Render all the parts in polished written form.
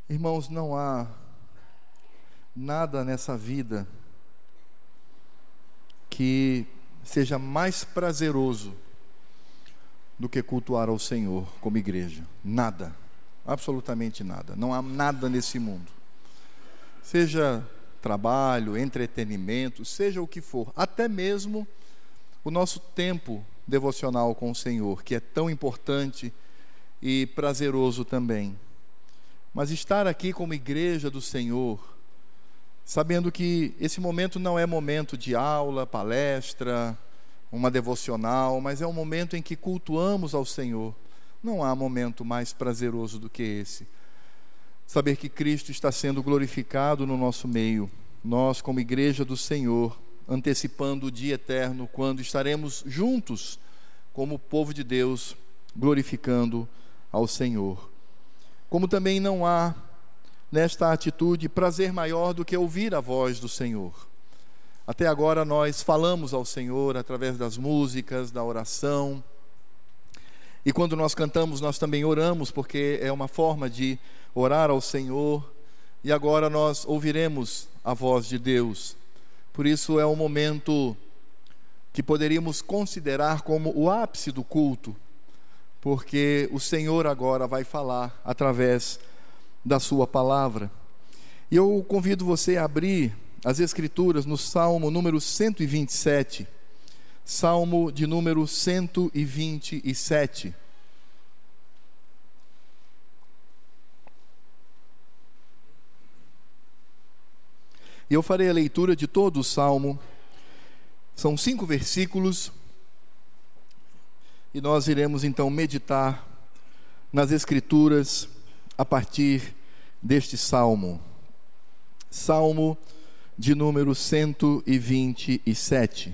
Irmãos, não há nada nessa vida que seja mais prazeroso do que cultuar ao Senhor como igreja. Nada, absolutamente nada. Não há nada nesse mundo. Seja trabalho, entretenimento, seja o que for, até mesmo o nosso tempo devocional com o Senhor, que é tão importante e prazeroso também. Mas estar aqui como igreja do Senhor, sabendo que esse momento não é momento de aula, palestra, uma devocional, mas é um momento em que cultuamos ao Senhor. Não há momento mais prazeroso do que esse. Saber que Cristo está sendo glorificado no nosso meio. Nós, como igreja do Senhor, antecipando o dia eterno, quando estaremos juntos, como povo de Deus, glorificando ao Senhor. Como também não há nesta atitude prazer maior do que ouvir a voz do Senhor. Até agora nós falamos ao Senhor através das músicas, da oração. E quando nós cantamos, nós também oramos, porque é uma forma de orar ao Senhor. E agora nós ouviremos a voz de Deus. Por isso é um momento que poderíamos considerar como o ápice do culto, porque o Senhor agora vai falar através da sua palavra. E eu convido você a abrir as Escrituras no Salmo número 127, Salmo de número 127. E eu farei a leitura de todo o Salmo. São 5 versículos. E nós iremos então meditar nas Escrituras a partir deste Salmo. Salmo de número 127.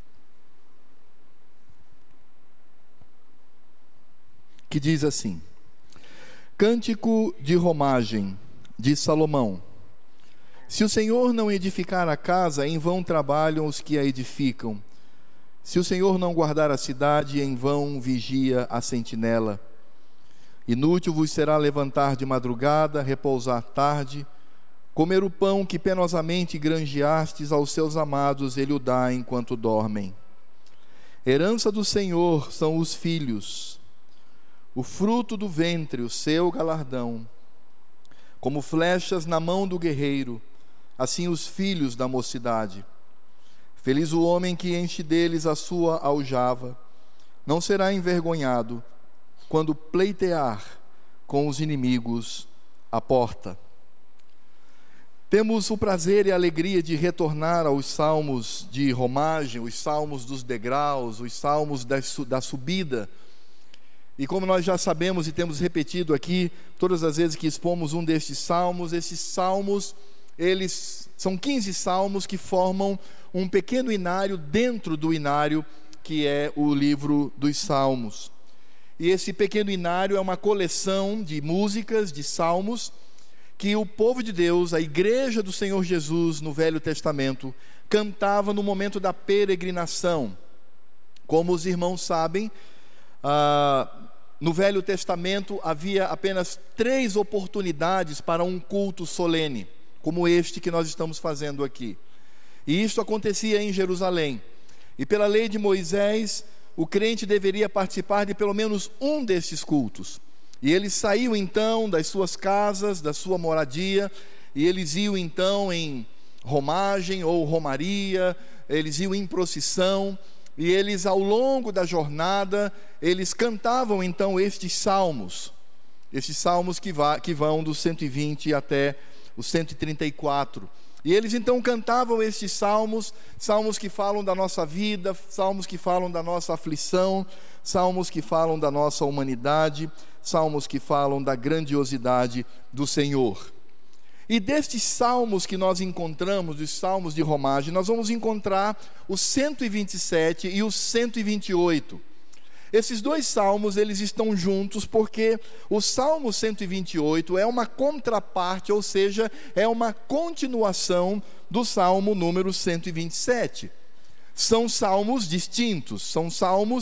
Que diz assim: Cântico de romagem de Salomão. Se o Senhor não edificar a casa, em vão trabalham os que a edificam. Se o Senhor não guardar a cidade, em vão vigia a sentinela. Inútil vos será levantar de madrugada, repousar tarde, comer o pão que penosamente granjeastes aos seus amados, ele o dá enquanto dormem. Herança do Senhor são os filhos, o fruto do ventre, o seu galardão. Como flechas na mão do guerreiro, assim os filhos da mocidade. Feliz o homem que enche deles a sua aljava, não será envergonhado quando pleitear com os inimigos à porta. Temos o prazer e a alegria de retornar aos salmos de romagem, os salmos dos degraus, os salmos da subida. E como nós já sabemos e temos repetido aqui, todas as vezes que expomos um destes salmos, esses salmos, eles são 15 salmos que formam um pequeno inário dentro do inário que é o livro dos Salmos. E esse pequeno inário é uma coleção de músicas, de salmos, que o povo de Deus, a igreja do Senhor Jesus no Velho Testamento, cantava no momento da peregrinação. Como os irmãos sabem, no Velho Testamento havia apenas 3 oportunidades para um culto solene, como este que nós estamos fazendo aqui. E isso acontecia em Jerusalém. E pela lei de Moisés, o crente deveria participar de pelo menos um destes cultos. E eles saíam então das suas casas, da sua moradia, e eles iam então em romagem ou romaria, eles iam em procissão, e eles ao longo da jornada, eles cantavam então estes salmos que vão do 120 até o 134. E eles então cantavam estes salmos que falam da nossa vida, salmos que falam da nossa aflição, salmos que falam da nossa humanidade, salmos que falam da grandiosidade do Senhor. E destes salmos que nós encontramos, dos salmos de romagem, nós vamos encontrar o 127 e o 128. Esses 2 salmos, eles estão juntos porque o Salmo 128 é uma contraparte, ou seja, é uma continuação do Salmo número 127. São salmos distintos, são salmos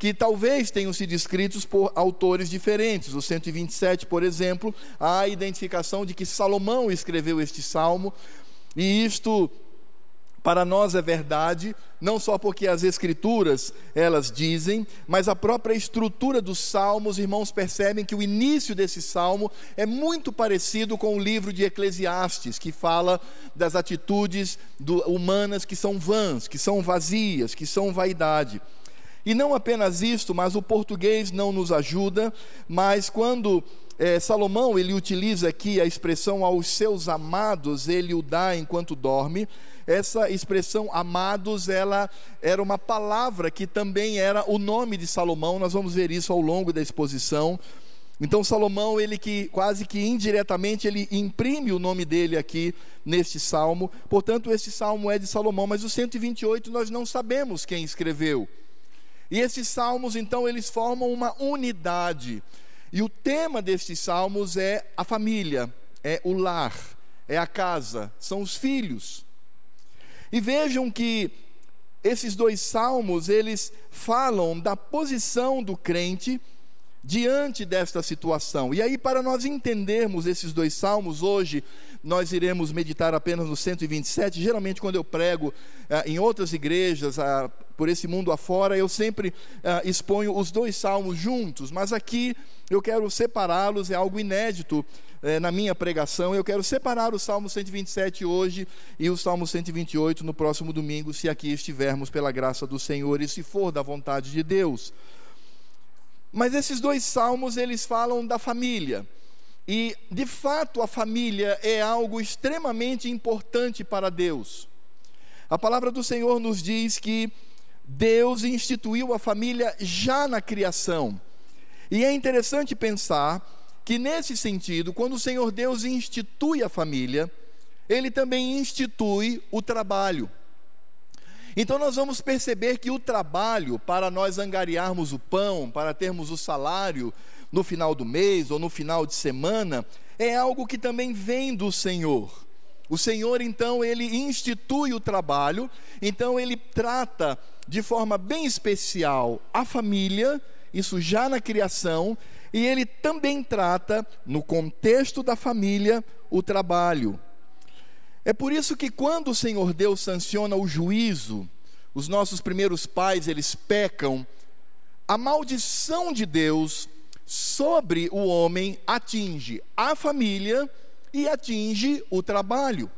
que talvez tenham sido escritos por autores diferentes. O 127, por exemplo, há a identificação de que Salomão escreveu este salmo, e isto para nós é verdade, não só porque as escrituras elas dizem, mas a própria estrutura dos salmos. Irmãos, percebem que o início desse salmo é muito parecido com o livro de Eclesiastes, que fala das atitudes humanas que são vãs, que são vazias, que são vaidade. E não apenas isto, mas o português não nos ajuda, mas quando Salomão ele utiliza aqui a expressão aos seus amados, ele o dá enquanto dorme. Essa expressão amados, ela era uma palavra que também era o nome de Salomão. Nós vamos ver isso ao longo da exposição. Então Salomão, ele que quase que indiretamente, ele imprime o nome dele aqui neste salmo. Portanto, esse salmo é de Salomão, mas o 128 nós não sabemos quem escreveu. E esses salmos, então, eles formam uma unidade. E o tema destes salmos é a família, é o lar, é a casa, são os filhos. E vejam que esses dois salmos, eles falam da posição do crente diante desta situação. E aí, para nós entendermos esses dois salmos, hoje nós iremos meditar apenas no 127. Geralmente quando eu prego em outras igrejas, por esse mundo afora, eu sempre exponho os dois salmos juntos, mas aqui eu quero separá-los, é algo inédito na minha pregação. Eu quero separar o Salmo 127 hoje e o Salmo 128 no próximo domingo, se aqui estivermos pela graça do Senhor e se for da vontade de Deus. Mas esses dois salmos, eles falam da família. E, de fato, a família é algo extremamente importante para Deus. A palavra do Senhor nos diz que Deus instituiu a família já na criação. E é interessante pensar que, nesse sentido, quando o Senhor Deus institui a família, Ele também institui o trabalho. Então nós vamos perceber que o trabalho, para nós angariarmos o pão, para termos o salário no final do mês ou no final de semana, é algo que também vem do Senhor. O Senhor, então, Ele institui o trabalho, então Ele trata de forma bem especial a família, isso já na criação, e Ele também trata, no contexto da família, o trabalho. É por isso que quando o Senhor Deus sanciona o juízo, os nossos primeiros pais, eles pecam, a maldição de Deus sobre o homem atinge a família e atinge o trabalho.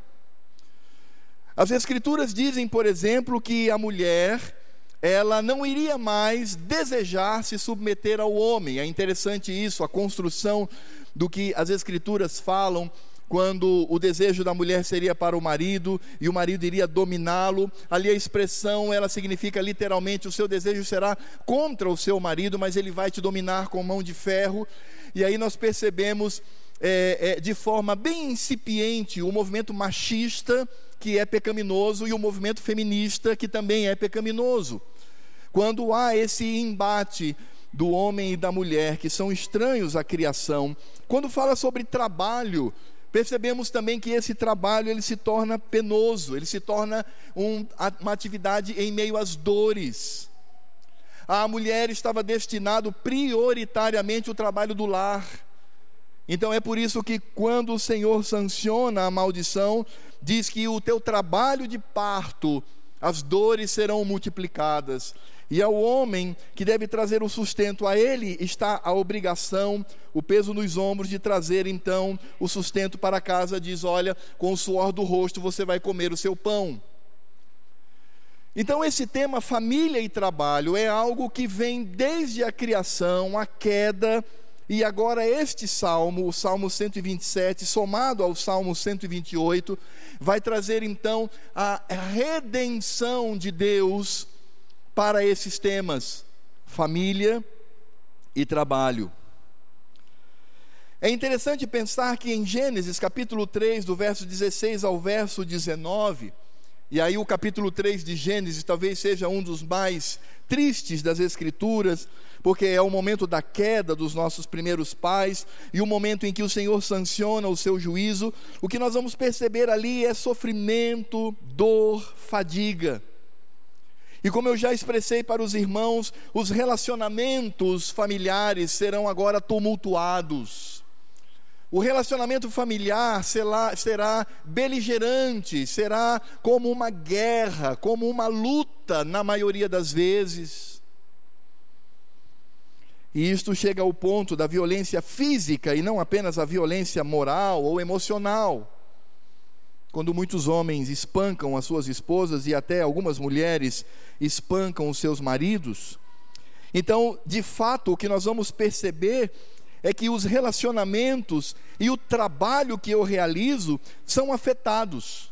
As Escrituras dizem, por exemplo, que a mulher, ela não iria mais desejar se submeter ao homem. É interessante isso, a construção do que as Escrituras falam, quando o desejo da mulher seria para o marido e o marido iria dominá-lo. Ali a expressão, ela significa literalmente, o seu desejo será contra o seu marido, mas ele vai te dominar com mão de ferro. E aí nós percebemos de forma bem incipiente o movimento machista, que é pecaminoso, e o movimento feminista, que também é pecaminoso. Quando há esse embate do homem e da mulher, que são estranhos à criação, quando fala sobre trabalho, percebemos também que esse trabalho, ele se torna penoso, ele se torna uma atividade em meio às dores. A mulher estava destinado prioritariamente ao trabalho do lar. Então é por isso que quando o Senhor sanciona a maldição, diz que o teu trabalho de parto, as dores serão multiplicadas. E ao homem que deve trazer o sustento, a ele está a obrigação, o peso nos ombros de trazer então o sustento para casa. Diz, olha, com o suor do rosto você vai comer o seu pão. Então esse tema família e trabalho é algo que vem desde a criação, a queda, e agora este salmo, o Salmo 127, somado ao Salmo 128, vai trazer então a redenção de Deus para esses temas, família e trabalho. É interessante pensar que em Gênesis capítulo 3, do verso 16 ao verso 19, e aí o capítulo 3 de Gênesis talvez seja um dos mais tristes das Escrituras, porque é o momento da queda dos nossos primeiros pais, e o momento em que o Senhor sanciona o seu juízo. O que nós vamos perceber ali é sofrimento, dor, fadiga. E como eu já expressei para os irmãos, os relacionamentos familiares serão agora tumultuados. O relacionamento familiar será beligerante, será como uma guerra, como uma luta na maioria das vezes. E isto chega ao ponto da violência física e não apenas a violência moral ou emocional. Quando muitos homens espancam as suas esposas e até algumas mulheres espancam os seus maridos. Então, de fato, o que nós vamos perceber é que os relacionamentos e o trabalho que eu realizo são afetados.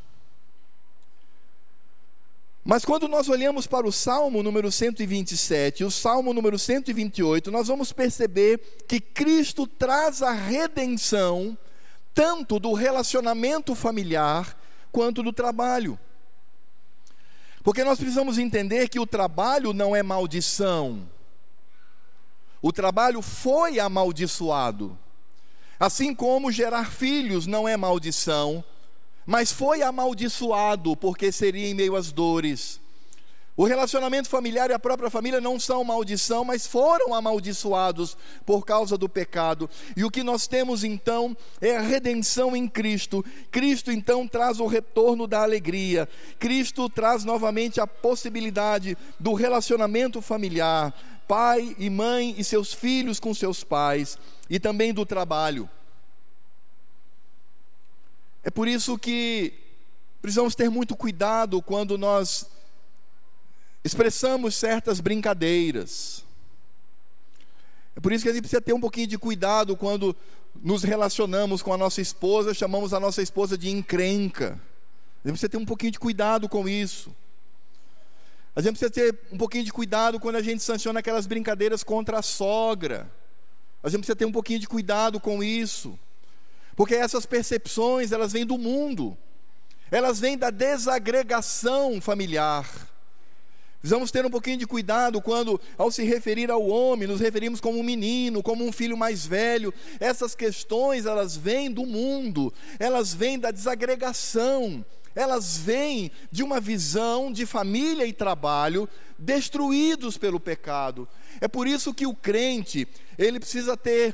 Mas quando nós olhamos para o Salmo número 127 e o Salmo número 128, nós vamos perceber que Cristo traz a redenção tanto do relacionamento familiar quanto do trabalho. Porque nós precisamos entender que o trabalho não é maldição. O trabalho foi amaldiçoado. Assim como gerar filhos não é maldição, mas foi amaldiçoado porque seria em meio às dores. O relacionamento familiar e a própria família não são maldição, mas foram amaldiçoados por causa do pecado. E o que nós temos então é a redenção em Cristo. Cristo então traz o retorno da alegria. Cristo traz novamente a possibilidade do relacionamento familiar, pai e mãe e seus filhos com seus pais, e também do trabalho. É por isso que precisamos ter muito cuidado quando nós expressamos certas brincadeiras. É por isso que a gente precisa ter um pouquinho de cuidado quando nos relacionamos com a nossa esposa, chamamos a nossa esposa de encrenca. A gente precisa ter um pouquinho de cuidado com isso. A gente precisa ter um pouquinho de cuidado quando a gente sanciona aquelas brincadeiras contra a sogra. A gente precisa ter um pouquinho de cuidado com isso. Porque essas percepções, elas vêm do mundo. Elas vêm da desagregação familiar. Precisamos ter um pouquinho de cuidado quando, ao se referir ao homem, nos referimos como um menino, como um filho mais velho. Essas questões, elas vêm do mundo, elas vêm da desagregação, elas vêm de uma visão de família e trabalho destruídos pelo pecado. É por isso que o crente, ele precisa ter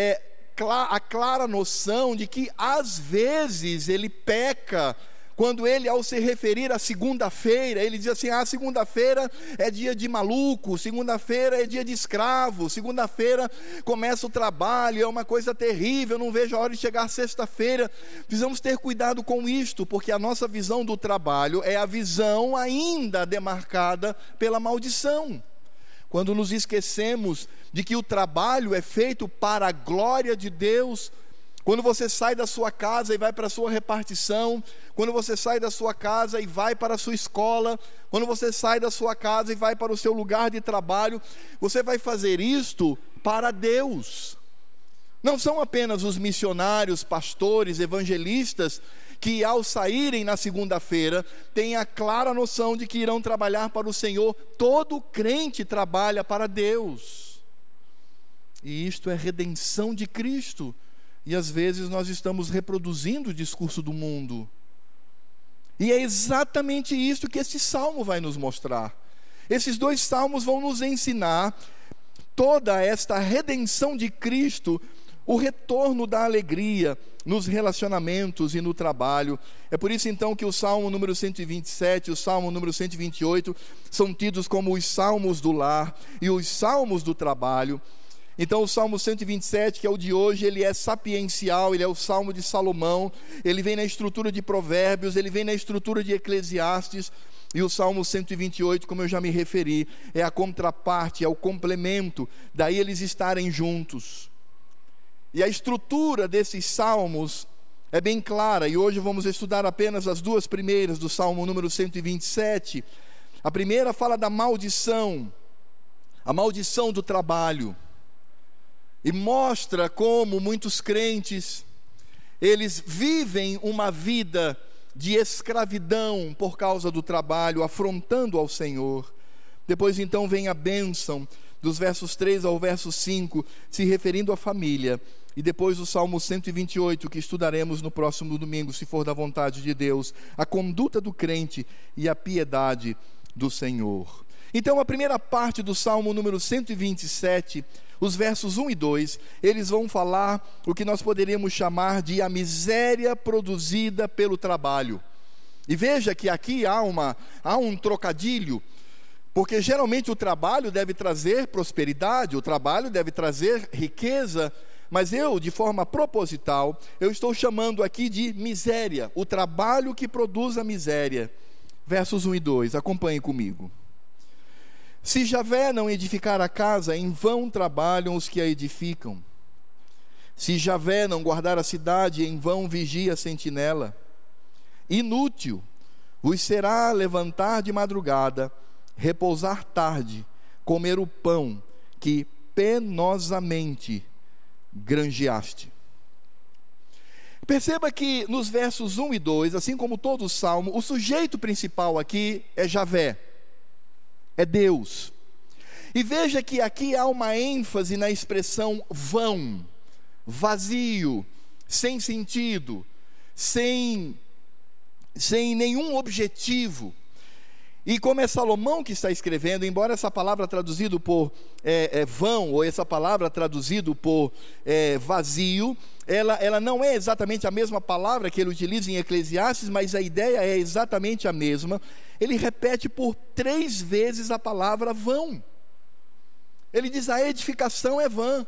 a clara noção de que às vezes ele peca, quando ele, ao se referir à segunda-feira, ele diz assim: segunda-feira é dia de maluco, segunda-feira é dia de escravo, segunda-feira começa o trabalho, é uma coisa terrível, eu não vejo a hora de chegar sexta-feira. Precisamos ter cuidado com isto, porque a nossa visão do trabalho é a visão ainda demarcada pela maldição. Quando nos esquecemos de que o trabalho é feito para a glória de Deus. Quando você sai da sua casa e vai para a sua repartição, quando você sai da sua casa e vai para a sua escola, quando você sai da sua casa e vai para o seu lugar de trabalho, você vai fazer isto para Deus. Não são apenas os missionários, pastores, evangelistas, que ao saírem na segunda-feira, têm a clara noção de que irão trabalhar para o Senhor. Todo crente trabalha para Deus. E isto é redenção de Cristo. E às vezes nós estamos reproduzindo o discurso do mundo. E é exatamente isso que esse salmo vai nos mostrar. Esses dois salmos vão nos ensinar toda esta redenção de Cristo, o retorno da alegria nos relacionamentos e no trabalho. É por isso então que o salmo número 127 e o salmo número 128 são tidos como os salmos do lar e os salmos do trabalho. Então o Salmo 127, que é o de hoje, ele é sapiencial, ele é o Salmo de Salomão, ele vem na estrutura de Provérbios, ele vem na estrutura de Eclesiastes, e o Salmo 128, como eu já me referi, é a contraparte, é o complemento, daí eles estarem juntos. E a estrutura desses salmos é bem clara, e hoje vamos estudar apenas as duas primeiras do Salmo número 127. A primeira fala da maldição, a maldição do trabalho. E mostra como muitos crentes, eles vivem uma vida de escravidão por causa do trabalho, afrontando ao Senhor. Depois então vem a bênção, dos versos 3 ao verso 5, se referindo à família. E depois o Salmo 128, que estudaremos no próximo domingo, se for da vontade de Deus, a conduta do crente e a piedade do Senhor. Então a primeira parte do Salmo número 127, os versos 1 e 2, eles vão falar o que nós poderíamos chamar de a miséria produzida pelo trabalho. E veja que aqui há um trocadilho, porque geralmente o trabalho deve trazer prosperidade, o trabalho deve trazer riqueza, mas eu, de forma proposital, eu estou chamando aqui de miséria, o trabalho que produz a miséria. Versos 1 e 2, acompanhem comigo. Se Javé não edificar a casa, em vão trabalham os que a edificam. Se Javé não guardar a cidade, em vão vigia a sentinela. Inútil vos será levantar de madrugada, repousar tarde, comer o pão que penosamente granjeaste. Perceba que nos versos 1 e 2, assim como todo o Salmo, o sujeito principal aqui é Javé, é Deus. E veja que aqui há uma ênfase na expressão vão, vazio, sem sentido, sem nenhum objetivo. E como é Salomão que está escrevendo, embora essa palavra traduzido por vão, ou essa palavra traduzido por vazio, ela não é exatamente a mesma palavra que ele utiliza em Eclesiastes, mas a ideia é exatamente a mesma. Ele repete por 3 vezes a palavra vão. Ele diz: a edificação é vã.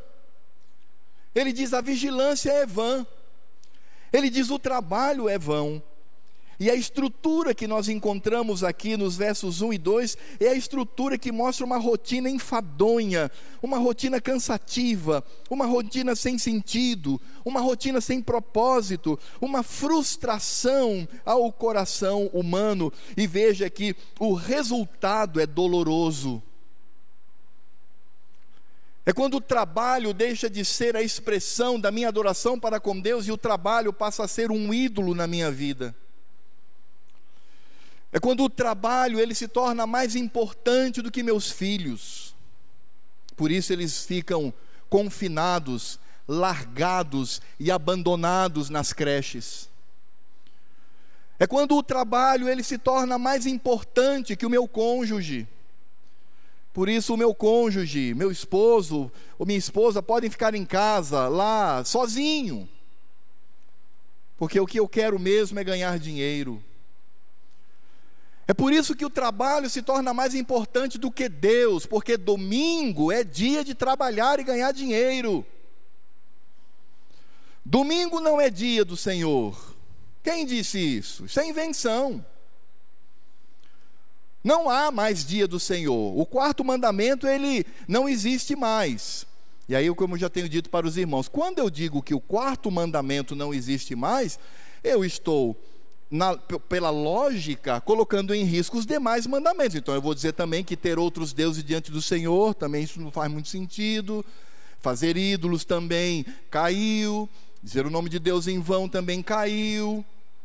Ele diz: a vigilância é vã. Ele diz: o trabalho é vão. E a estrutura que nós encontramos aqui nos versos 1 e 2 é a estrutura que mostra uma rotina enfadonha, uma rotina cansativa, uma rotina sem sentido, uma rotina sem propósito, uma frustração ao coração humano. E veja que o resultado é doloroso. É quando o trabalho deixa de ser a expressão da minha adoração para com Deus e o trabalho passa a ser um ídolo na minha vida. É quando o trabalho ele se torna mais importante do que meus filhos. Por isso eles ficam confinados, largados e abandonados nas creches. É quando o trabalho ele se torna mais importante que o meu cônjuge. Por isso o meu cônjuge, meu esposo ou minha esposa podem ficar em casa, lá, sozinho. Porque o que eu quero mesmo é ganhar dinheiro. É por isso que o trabalho se torna mais importante do que Deus, porque domingo é dia de trabalhar e ganhar dinheiro. Domingo não é dia do Senhor. Quem disse isso? Isso é invenção. Não há mais dia do Senhor. O 4º mandamento, ele não existe mais. E aí, como eu já tenho dito para os irmãos, quando eu digo que o 4º mandamento não existe mais, eu estou pela lógica, colocando em risco os demais mandamentos. Então eu vou dizer também que ter outros deuses diante do Senhor, também isso não faz muito sentido. Fazer ídolos também caiu. Dizer o nome de Deus em vão também caiu.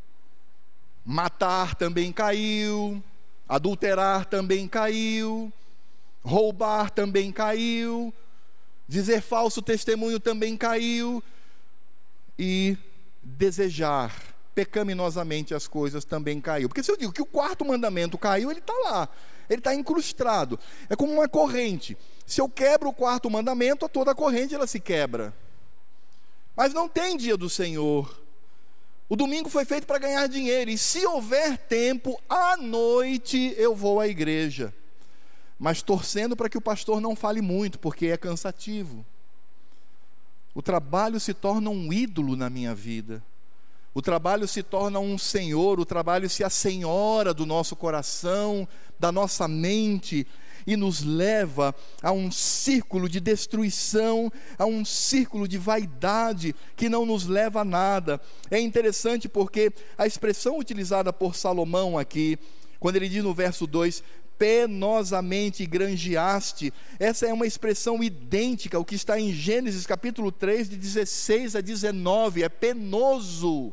Matar também caiu. Adulterar também caiu. Roubar também caiu. Dizer falso testemunho também caiu. E desejar pecaminosamente as coisas também caiu. Porque se eu digo que o 4º mandamento caiu, ele está lá, ele está incrustado. É como uma corrente. Se eu quebro o 4º mandamento, toda a corrente ela se quebra. Mas não tem dia do Senhor. O domingo foi feito para ganhar dinheiro. E se houver tempo, à noite eu vou à igreja. Mas torcendo para que o pastor não fale muito, porque é cansativo. O trabalho se torna um ídolo na minha vida. O trabalho se torna um senhor, o trabalho se assenhora do nosso coração, da nossa mente, e nos leva a um círculo de destruição, a um círculo de vaidade, que não nos leva a nada. É interessante porque a expressão utilizada por Salomão aqui, quando ele diz no verso 2, penosamente granjeaste, essa é uma expressão idêntica ao que está em Gênesis capítulo 3, de 16 a 19, é penoso.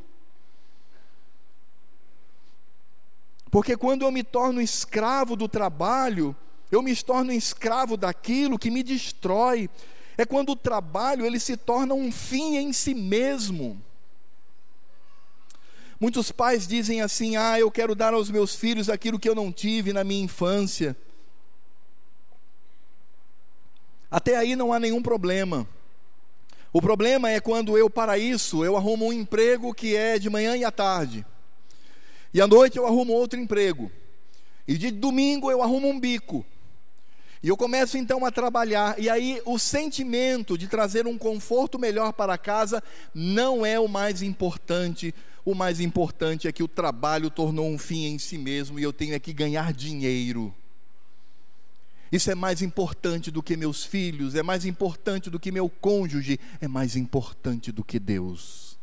Porque quando eu me torno escravo do trabalho, eu me torno escravo daquilo que me destrói. É quando o trabalho ele se torna um fim em si mesmo. Muitos pais dizem assim: eu quero dar aos meus filhos aquilo que eu não tive na minha infância. Até aí não há nenhum problema. O problema é quando para isso, eu arrumo um emprego que é de manhã e à tarde. E à noite eu arrumo outro emprego. E de domingo eu arrumo um bico. E eu começo então a trabalhar, e aí o sentimento de trazer um conforto melhor para casa não é o mais importante. O mais importante é que o trabalho tornou um fim em si mesmo, e eu tenho que ganhar dinheiro. Isso é mais importante do que meus filhos, é mais importante do que meu cônjuge, é mais importante do que Deus.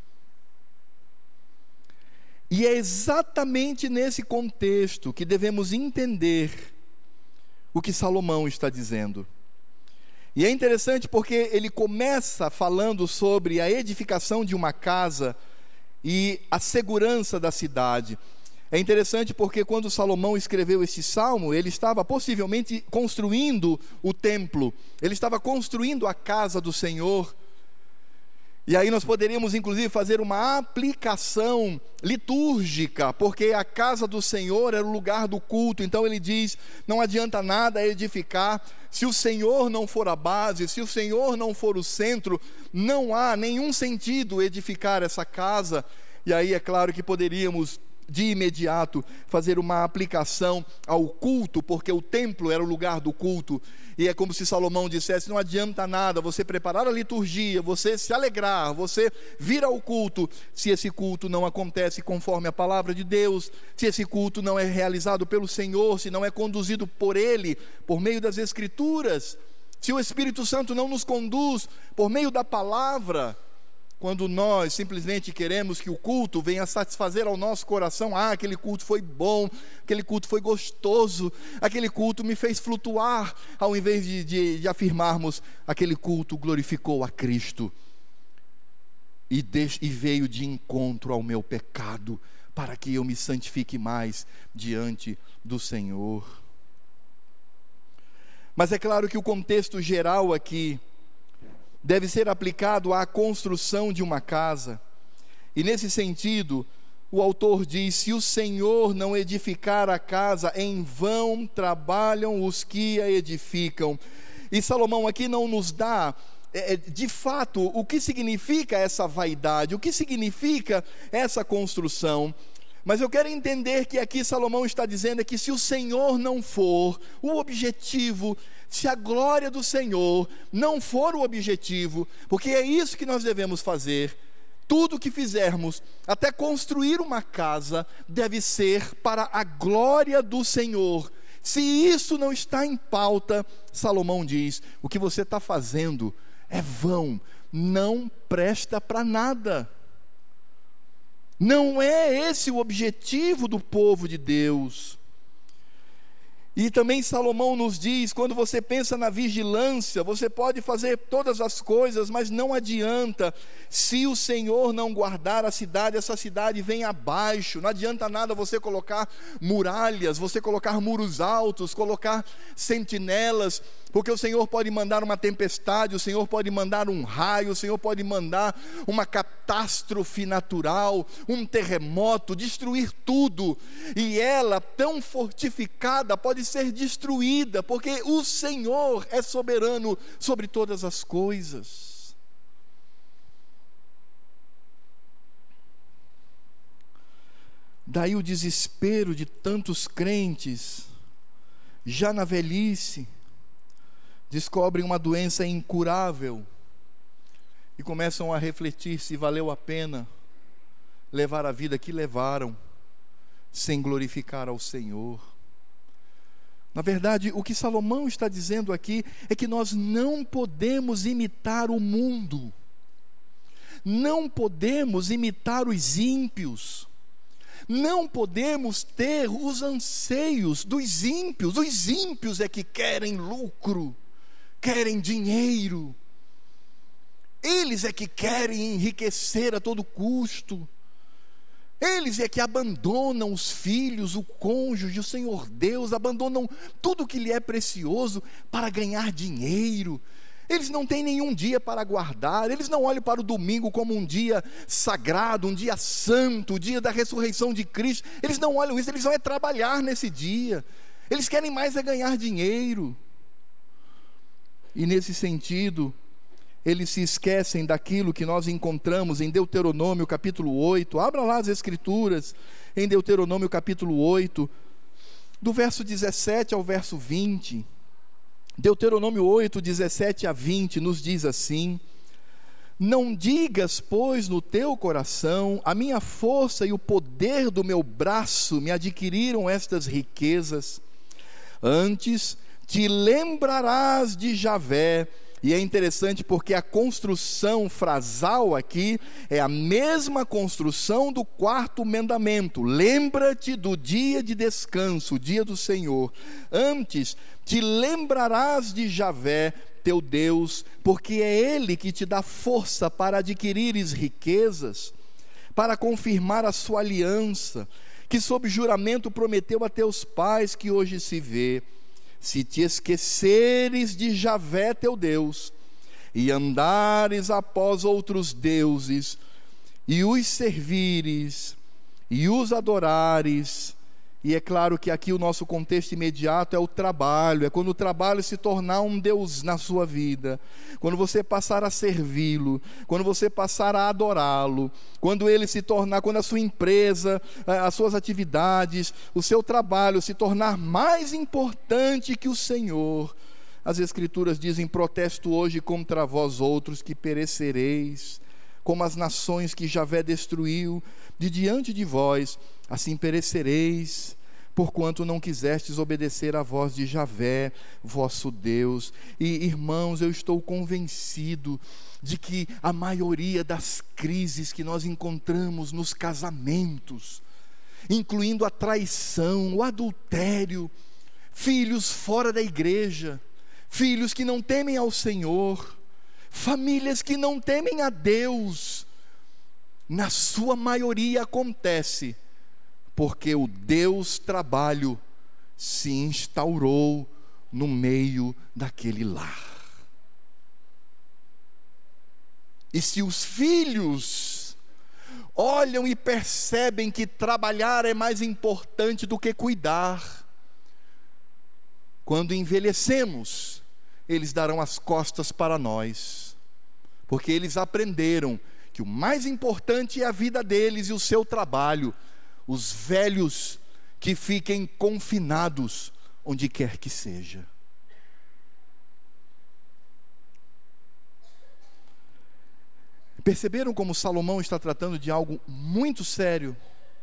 E é exatamente nesse contexto que devemos entender o que Salomão está dizendo. E é interessante porque ele começa falando sobre a edificação de uma casa e a segurança da cidade. É interessante porque quando Salomão escreveu este salmo, ele estava possivelmente construindo o templo, ele estava construindo a casa do Senhor. E aí nós poderíamos inclusive fazer uma aplicação litúrgica, porque a casa do Senhor era o lugar do culto. Então ele diz: não adianta nada edificar, se o Senhor não for a base, se o Senhor não for o centro, não há nenhum sentido edificar essa casa. E aí é claro que poderíamos de imediato fazer uma aplicação ao culto, porque o templo era o lugar do culto. E é como se Salomão dissesse: não adianta nada você preparar a liturgia, você se alegrar, você vir ao culto, se esse culto não acontece conforme a palavra de Deus, se esse culto não é realizado pelo Senhor, se não é conduzido por Ele, por meio das Escrituras, se o Espírito Santo não nos conduz por meio da palavra. Quando nós simplesmente queremos que o culto venha satisfazer ao nosso coração: aquele culto foi bom, aquele culto foi gostoso, aquele culto me fez flutuar, ao invés de afirmarmos: aquele culto glorificou a Cristo e veio de encontro ao meu pecado, para que eu me santifique mais diante do Senhor. Mas é claro que o contexto geral aqui deve ser aplicado à construção de uma casa. E nesse sentido, o autor diz: se o Senhor não edificar a casa, em vão trabalham os que a edificam. E Salomão aqui não nos dá, de fato, o que significa essa vaidade, o que significa essa construção. Mas eu quero entender que aqui Salomão está dizendo que se o Senhor não for o objetivo, se a glória do Senhor não for o objetivo, porque é isso que nós devemos fazer, tudo que fizermos, até construir uma casa, deve ser para a glória do Senhor. Se isso não está em pauta, Salomão diz: o que você está fazendo é vão, não presta para nada. Não é esse o objetivo do povo de Deus. E também Salomão nos diz: quando você pensa na vigilância, você pode fazer todas as coisas, mas não adianta. Se o Senhor não guardar a cidade, essa cidade vem abaixo. Não adianta nada você colocar muralhas, você colocar muros altos, colocar sentinelas, porque o Senhor pode mandar uma tempestade, o Senhor pode mandar um raio, o Senhor pode mandar uma catástrofe natural, um terremoto, destruir tudo. E ela, tão fortificada, pode ser destruída, porque o Senhor é soberano sobre todas as coisas. Daí o desespero de tantos crentes, já na velhice, descobrem uma doença incurável e começam a refletir se valeu a pena levar a vida que levaram, sem glorificar ao Senhor. Na verdade, o que Salomão está dizendo aqui é que nós não podemos imitar o mundo, não podemos imitar os ímpios, não podemos ter os anseios dos ímpios. Os ímpios é que querem lucro, querem dinheiro, eles é que querem enriquecer a todo custo, eles é que abandonam os filhos, o cônjuge, o Senhor Deus, abandonam tudo que lhe é precioso para ganhar dinheiro. Eles não têm nenhum dia para guardar, eles não olham para o domingo como um dia sagrado, um dia santo, o dia da ressurreição de Cristo. Eles não olham isso, eles vão trabalhar nesse dia. Eles querem mais ganhar dinheiro. E nesse sentido, eles se esquecem daquilo que nós encontramos em Deuteronômio capítulo 8. Abra lá as Escrituras, em Deuteronômio capítulo 8, do verso 17 ao verso 20. Deuteronômio 8, 17 a 20 nos diz assim: não digas, pois, no teu coração, a minha força e o poder do meu braço me adquiriram estas riquezas. Antes te lembrarás de Javé. E é interessante porque a construção frasal aqui é a mesma construção do quarto mandamento. Lembra-te do dia de descanso, o dia do Senhor. Antes te lembrarás de Javé, teu Deus, porque é Ele que te dá força para adquirires riquezas, para confirmar a sua aliança, que sob juramento prometeu a teus pais, que hoje se vê. Se te esqueceres de Javé teu Deus, e andares após outros deuses, e os servires, e os adorares, e é claro que aqui o nosso contexto imediato é o trabalho, é quando o trabalho se tornar um Deus na sua vida, quando você passar a servi-lo, quando você passar a adorá-lo, quando ele se tornar, quando a sua empresa, as suas atividades, o seu trabalho se tornar mais importante que o Senhor. As Escrituras dizem: protesto hoje contra vós outros que perecereis, como as nações que Javé destruiu de diante de vós, assim perecereis, porquanto não quisestes obedecer à voz de Javé, vosso Deus. E, irmãos, eu estou convencido de que a maioria das crises que nós encontramos nos casamentos, incluindo a traição, o adultério, filhos fora da igreja, filhos que não temem ao Senhor, famílias que não temem a Deus, na sua maioria acontece porque o Deus trabalho se instaurou no meio daquele lar. E se os filhos olham e percebem que trabalhar é mais importante do que cuidar, quando envelhecemos, eles darão as costas para nós, porque eles aprenderam que o mais importante é a vida deles e o seu trabalho. Os velhos que fiquem confinados onde quer que seja. Perceberam como Salomão está tratando de algo muito sério?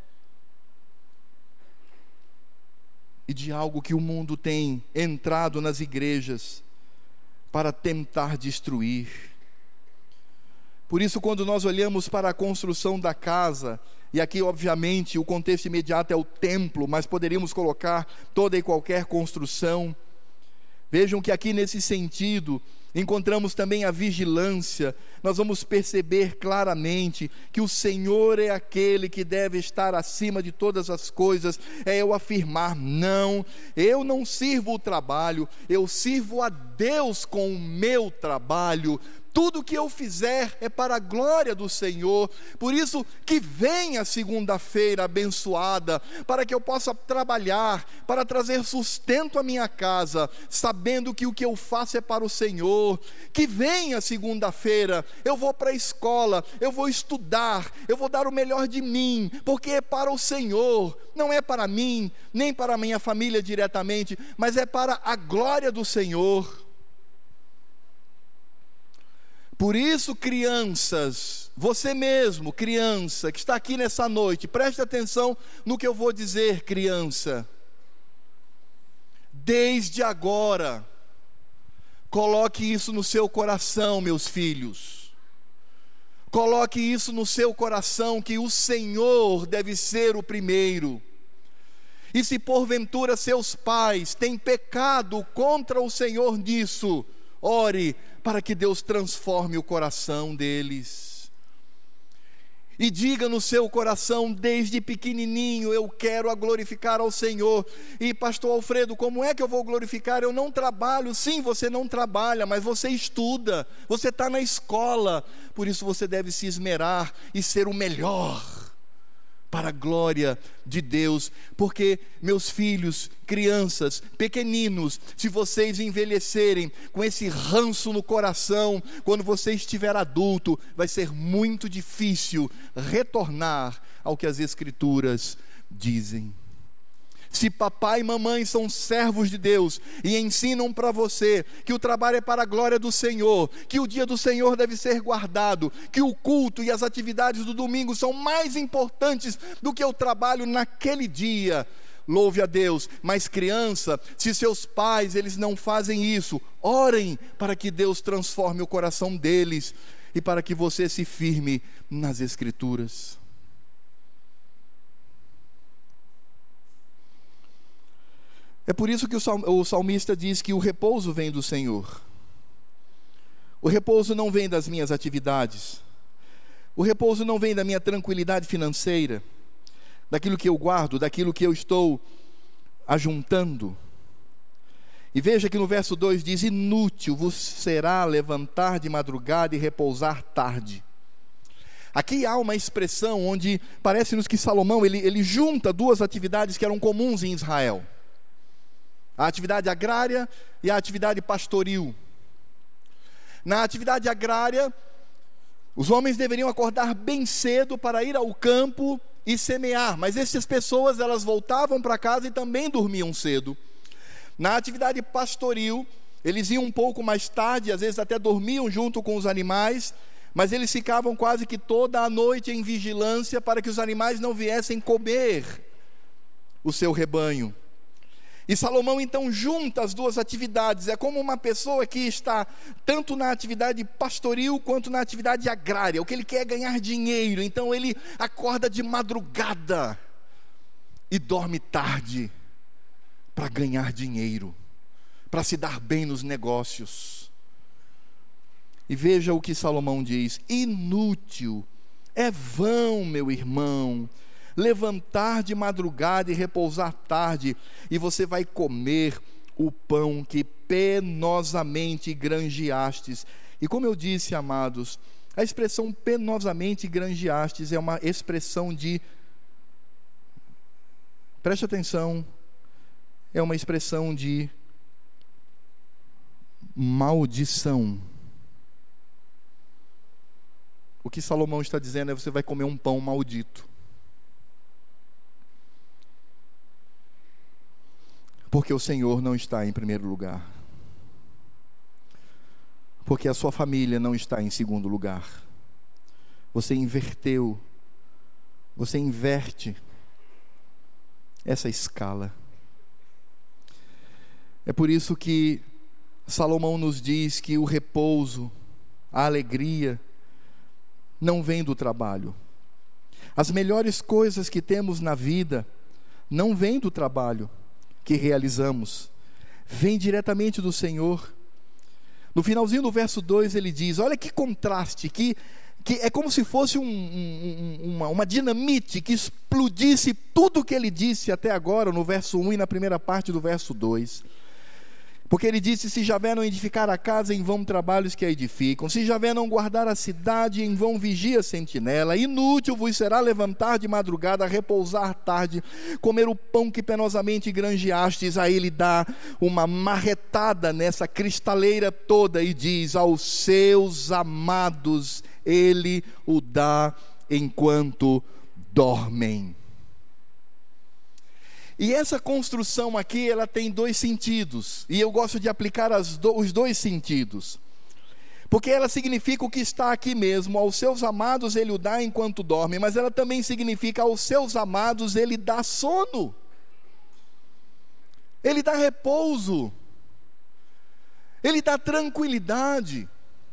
E de algo que o mundo tem entrado nas igrejas para tentar destruir. Por isso, quando nós olhamos para a construção da casa, e aqui obviamente o contexto imediato é o templo, mas poderíamos colocar toda e qualquer construção. Vejam que aqui nesse sentido encontramos também a vigilância. Nós vamos perceber claramente que o Senhor é aquele que deve estar acima de todas as coisas. É eu afirmar: não, eu não sirvo o trabalho, eu sirvo a Deus com o meu trabalho. Tudo que eu fizer é para a glória do Senhor. Por isso que venha segunda-feira abençoada, para que eu possa trabalhar, para trazer sustento à minha casa, sabendo que o que eu faço é para o Senhor. Que venha segunda-feira, eu vou para a escola, eu vou estudar, eu vou dar o melhor de mim, porque é para o Senhor, não é para mim, nem para a minha família diretamente, mas é para a glória do Senhor. Por isso, crianças, você mesmo, criança, que está aqui nessa noite, preste atenção no que eu vou dizer, criança. Desde agora, coloque isso no seu coração, meus filhos. Coloque isso no seu coração, que o Senhor deve ser o primeiro. E se porventura seus pais têm pecado contra o Senhor nisso, ore para que Deus transforme o coração deles. E diga no seu coração, desde pequenininho, eu quero glorificar ao Senhor. E pastor Alfredo, como é que eu vou glorificar? Eu não trabalho. Sim, você não trabalha, mas você estuda, você está na escola. Por isso você deve se esmerar e ser o melhor, para a glória de Deus. Porque, meus filhos, crianças, pequeninos, se vocês envelhecerem com esse ranço no coração, quando você estiver adulto, vai ser muito difícil retornar ao que as Escrituras dizem. Se papai e mamãe são servos de Deus e ensinam para você que o trabalho é para a glória do Senhor, que o dia do Senhor deve ser guardado, que o culto e as atividades do domingo são mais importantes do que o trabalho naquele dia, louve a Deus. Mas criança, se seus pais eles não fazem isso, orem para que Deus transforme o coração deles e para que você se firme nas Escrituras. É por isso que o salmista diz que o repouso vem do Senhor. O repouso não vem das minhas atividades. O repouso não vem da minha tranquilidade financeira, daquilo que eu guardo, daquilo que eu estou ajuntando. E veja que no verso 2 diz: inútil vos será levantar de madrugada e repousar tarde. Aqui há uma expressão onde parece-nos que Salomão ele junta duas atividades que eram comuns em Israel: a atividade agrária e a atividade pastoril. Na atividade agrária, os homens deveriam acordar bem cedo para ir ao campo e semear, mas essas pessoas elas voltavam para casa e também dormiam cedo. Na atividade pastoril, eles iam um pouco mais tarde, às vezes até dormiam junto com os animais, mas eles ficavam quase que toda a noite em vigilância para que os animais não viessem comer o seu rebanho. E Salomão então junta as duas atividades. É como uma pessoa que está tanto na atividade pastoril quanto na atividade agrária. O que ele quer é ganhar dinheiro, então ele acorda de madrugada e dorme tarde para ganhar dinheiro, para se dar bem nos negócios. E veja o que Salomão diz: inútil, é vão, meu irmão, levantar de madrugada e repousar tarde, e você vai comer o pão que penosamente granjeastes. E como eu disse, amados, a expressão penosamente granjeastes é uma expressão de, preste atenção, é uma expressão de maldição. O que Salomão está dizendo é: você vai comer um pão maldito. Porque o Senhor não está em primeiro lugar. Porque a sua família não está em segundo lugar. Você inverteu. Você inverte essa escala. É por isso que Salomão nos diz que o repouso, a alegria, não vem do trabalho. As melhores coisas que temos na vida não vêm do trabalho que realizamos, vem diretamente do Senhor. No finalzinho do verso 2 ele diz: olha que contraste, que é como se fosse uma dinamite que explodisse tudo o que ele disse até agora no verso 1 e na primeira parte do verso 2. Porque ele disse: se Javé não edificar a casa, em vão trabalhos que a edificam. Se Javé não guardar a cidade, em vão vigia a sentinela. Inútil vos será levantar de madrugada, repousar tarde, comer o pão que penosamente granjeastes. Aí ele dá uma marretada nessa cristaleira toda e diz: aos seus amados ele o dá enquanto dormem. E essa construção aqui, ela tem dois sentidos, e eu gosto de aplicar os dois sentidos, porque ela significa o que está aqui mesmo: aos seus amados ele o dá enquanto dorme, mas ela também significa: aos seus amados ele dá sono, ele dá repouso, ele dá tranquilidade.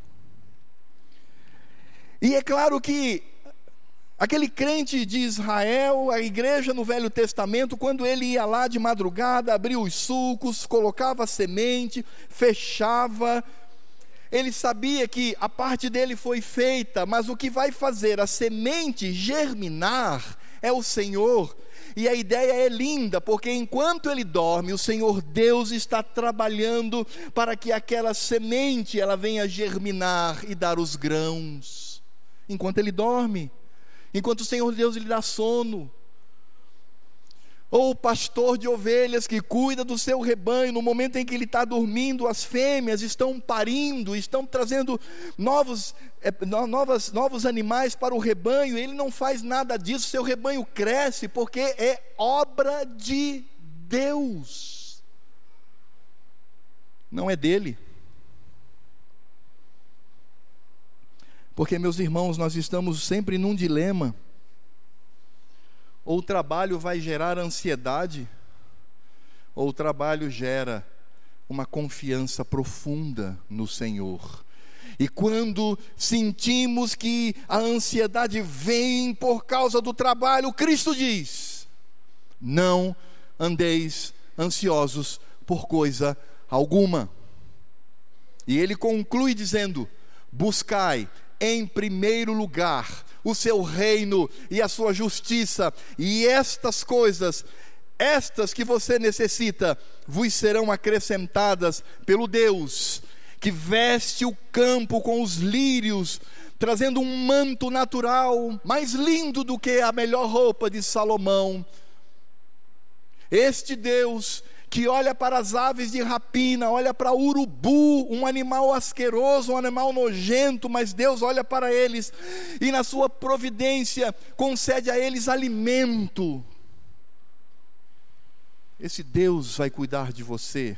E é claro que aquele crente de Israel, a igreja no Velho Testamento, quando ele ia lá de madrugada, abria os sulcos, colocava a semente, fechava, ele sabia que a parte dele foi feita, mas o que vai fazer a semente germinar é o Senhor. E a ideia é linda, porque enquanto ele dorme, o Senhor Deus está trabalhando para que aquela semente ela venha germinar e dar os grãos. Enquanto ele dorme, enquanto o Senhor Deus lhe dá sono. Ou o pastor de ovelhas que cuida do seu rebanho, no momento em que ele está dormindo, as fêmeas estão parindo, estão trazendo novos animais para o rebanho. Ele não faz nada disso, seu rebanho cresce, porque é obra de Deus, não é dele. Porque, meus irmãos, nós estamos sempre num dilema. Ou o trabalho vai gerar ansiedade, ou o trabalho gera uma confiança profunda no Senhor. E quando sentimos que a ansiedade vem por causa do trabalho, Cristo diz: não andeis ansiosos por coisa alguma. E ele conclui dizendo: buscai em primeiro lugar o seu reino e a sua justiça, e estas coisas, estas que você necessita, vos serão acrescentadas pelo Deus que veste o campo com os lírios, trazendo um manto natural mais lindo do que a melhor roupa de Salomão. Este Deus que olha para as aves de rapina, olha para o urubu, um animal asqueroso, um animal nojento, mas Deus olha para eles e na sua providência concede a eles alimento. Esse Deus vai cuidar de você.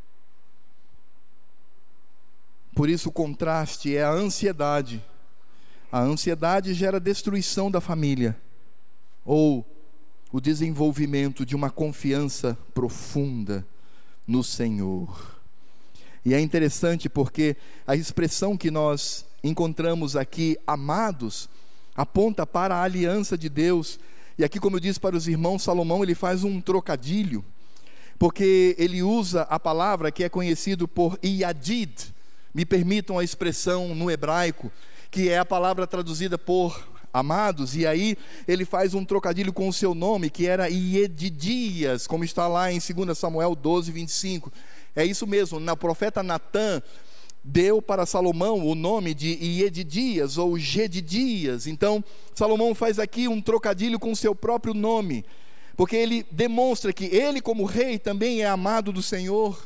Por isso o contraste é a ansiedade. A ansiedade gera destruição da família, ou o desenvolvimento de uma confiança profunda no Senhor. E é interessante porque a expressão que nós encontramos aqui, amados, aponta para a aliança de Deus. E aqui, como eu disse para os irmãos, Salomão ele faz um trocadilho, porque ele usa a palavra que é conhecido por Yadid, me permitam a expressão no hebraico, que é a palavra traduzida por amados, e aí ele faz um trocadilho com o seu nome, que era Iedidias, como está lá em 2 Samuel 12, 25. É isso mesmo, o profeta Natã deu para Salomão o nome de Iedidias, ou Gedidias. Então, Salomão faz aqui um trocadilho com o seu próprio nome, porque ele demonstra que ele, como rei, também é amado do Senhor.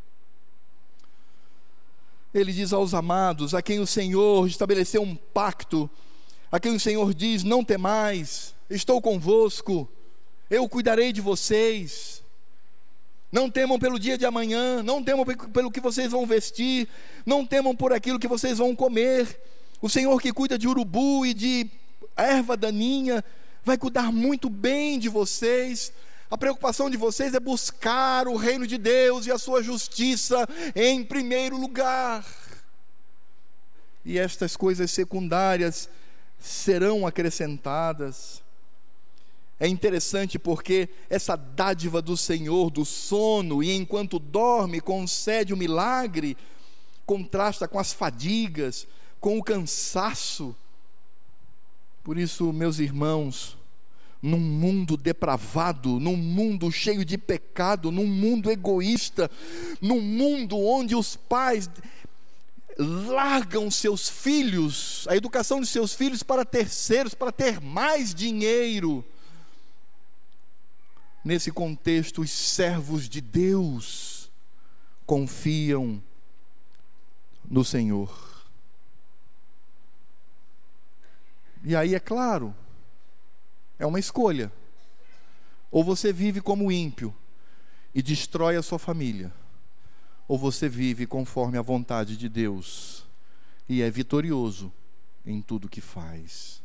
Ele diz aos amados, a quem o Senhor estabeleceu um pacto, a quem o Senhor diz: não temais, estou convosco, eu cuidarei de vocês. Não temam pelo dia de amanhã, não temam pelo que vocês vão vestir, não temam por aquilo que vocês vão comer. O Senhor que cuida de urubu e de erva daninha vai cuidar muito bem de vocês. A preocupação de vocês é buscar o reino de Deus e a sua justiça em primeiro lugar. E estas coisas secundárias serão acrescentadas. É interessante porque essa dádiva do Senhor, do sono, e enquanto dorme concede um milagre, contrasta com as fadigas, com o cansaço. Por isso, meus irmãos, num mundo depravado, num mundo cheio de pecado, num mundo egoísta, num mundo onde os pais largam seus filhos, a educação de seus filhos para terceiros, para ter mais dinheiro. Nesse contexto, os servos de Deus confiam no Senhor. E aí, é claro, é uma escolha. Ou você vive como ímpio e destrói a sua família, ou você vive conforme a vontade de Deus e é vitorioso em tudo que faz.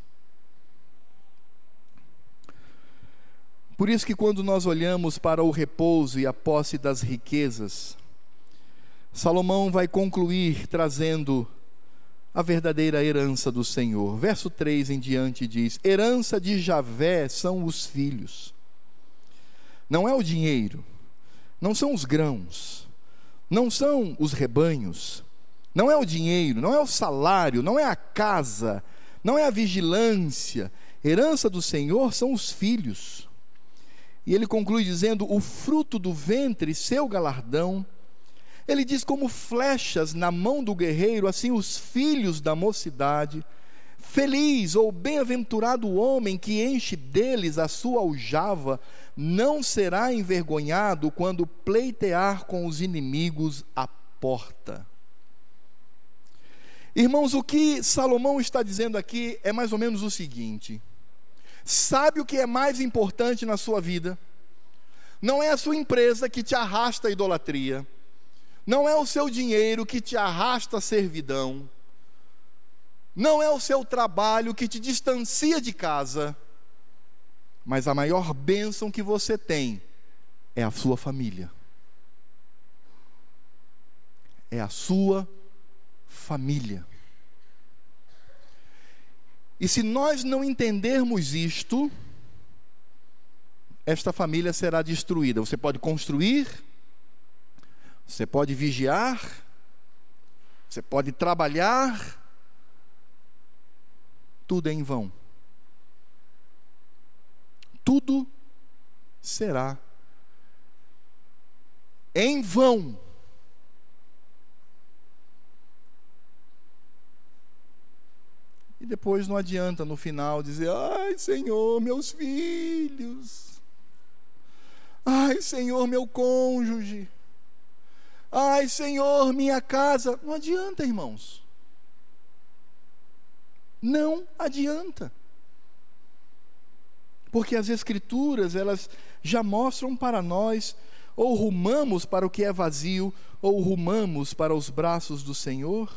Por isso que quando nós olhamos para o repouso e a posse das riquezas, Salomão vai concluir trazendo a verdadeira herança do Senhor. Verso 3 em diante diz: herança de Javé são os filhos. Não é o dinheiro, não são os grãos, não são os rebanhos, não é o dinheiro, não é o salário, não é a casa, não é a vigilância. Herança do Senhor são os filhos. E ele conclui dizendo: o fruto do ventre, seu galardão. Ele diz: como flechas na mão do guerreiro, assim os filhos da mocidade. Feliz ou bem-aventurado o homem que enche deles a sua aljava, não será envergonhado quando pleitear com os inimigos à porta. Irmãos, o que Salomão está dizendo aqui é mais ou menos o seguinte: sabe o que é mais importante na sua vida? Não é a sua empresa que te arrasta à idolatria, não é o seu dinheiro que te arrasta à servidão, não é o seu trabalho que te distancia de casa, mas a maior bênção que você tem é a sua família. É a sua família. E se nós não entendermos isto, esta família será destruída. Você pode construir, você pode vigiar, você pode trabalhar, tudo é em vão. Tudo será em vão. E depois não adianta no final dizer: ai Senhor, meus filhos, ai Senhor, meu cônjuge, ai Senhor, minha casa. Não adianta, irmãos. Não adianta. Porque as Escrituras, elas já mostram para nós: ou rumamos para o que é vazio, ou rumamos para os braços do Senhor.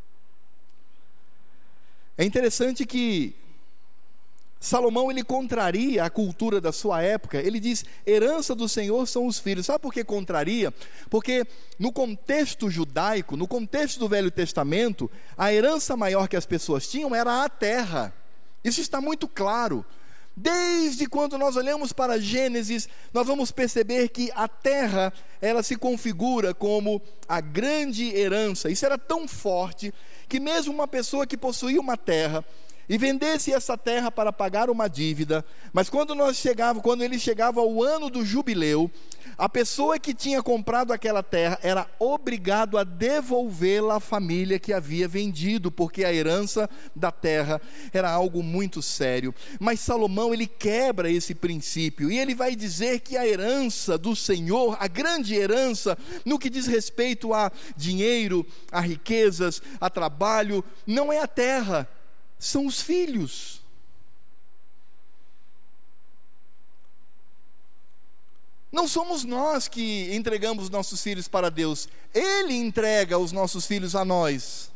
É interessante que Salomão, ele contraria a cultura da sua época. Ele diz: herança do Senhor são os filhos. Sabe por que contraria? Porque no contexto judaico, no contexto do Velho Testamento, a herança maior que as pessoas tinham era a terra. Isso está muito claro. Desde quando nós olhamos para Gênesis, nós vamos perceber que a terra, ela se configura como a grande herança. Isso era tão forte que mesmo uma pessoa que possuía uma terra e vendesse essa terra para pagar uma dívida, mas quando ele chegava ao ano do jubileu, a pessoa que tinha comprado aquela terra era obrigado a devolvê-la à família que havia vendido, porque a herança da terra era algo muito sério. Mas Salomão, ele quebra esse princípio e ele vai dizer que a herança do Senhor, a grande herança no que diz respeito a dinheiro, a riquezas, a trabalho, não é a terra, são os filhos. Não somos nós que entregamos nossos filhos para Deus, Ele entrega os nossos filhos a nós.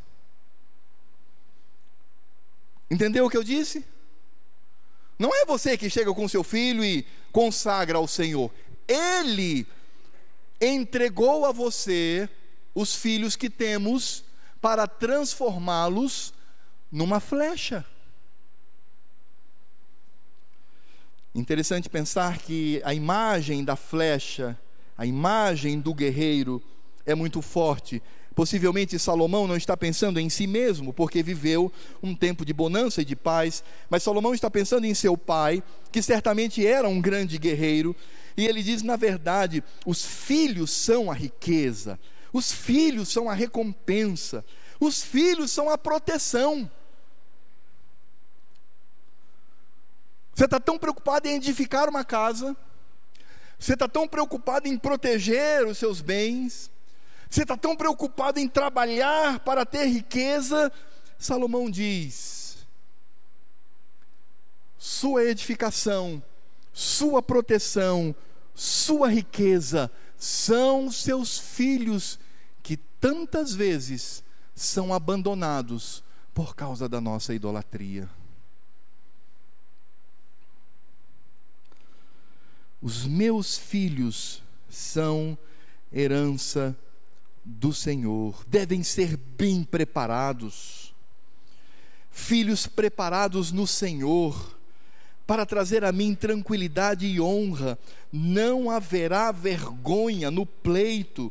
Entendeu o que eu disse? Não é você que chega com seu filho e consagra ao Senhor. Ele entregou a você os filhos que temos para transformá-los numa flecha. Interessante pensar que a imagem da flecha, a imagem do guerreiro é muito forte. Possivelmente Salomão não está pensando em si mesmo, porque viveu um tempo de bonança e de paz, mas Salomão está pensando em seu pai, que certamente era um grande guerreiro, e ele diz: na verdade, os filhos são a riqueza, os filhos são a recompensa, os filhos são a proteção. Você está tão preocupado em edificar uma casa, você está tão preocupado em proteger os seus bens, você está tão preocupado em trabalhar para ter riqueza. Salomão diz: sua edificação, sua proteção, sua riqueza são seus filhos, que tantas vezes são abandonados por causa da nossa idolatria. Os meus filhos são herança do Senhor, devem ser bem preparados. Filhos preparados no Senhor, para trazer a mim tranquilidade e honra. Não haverá vergonha no pleito,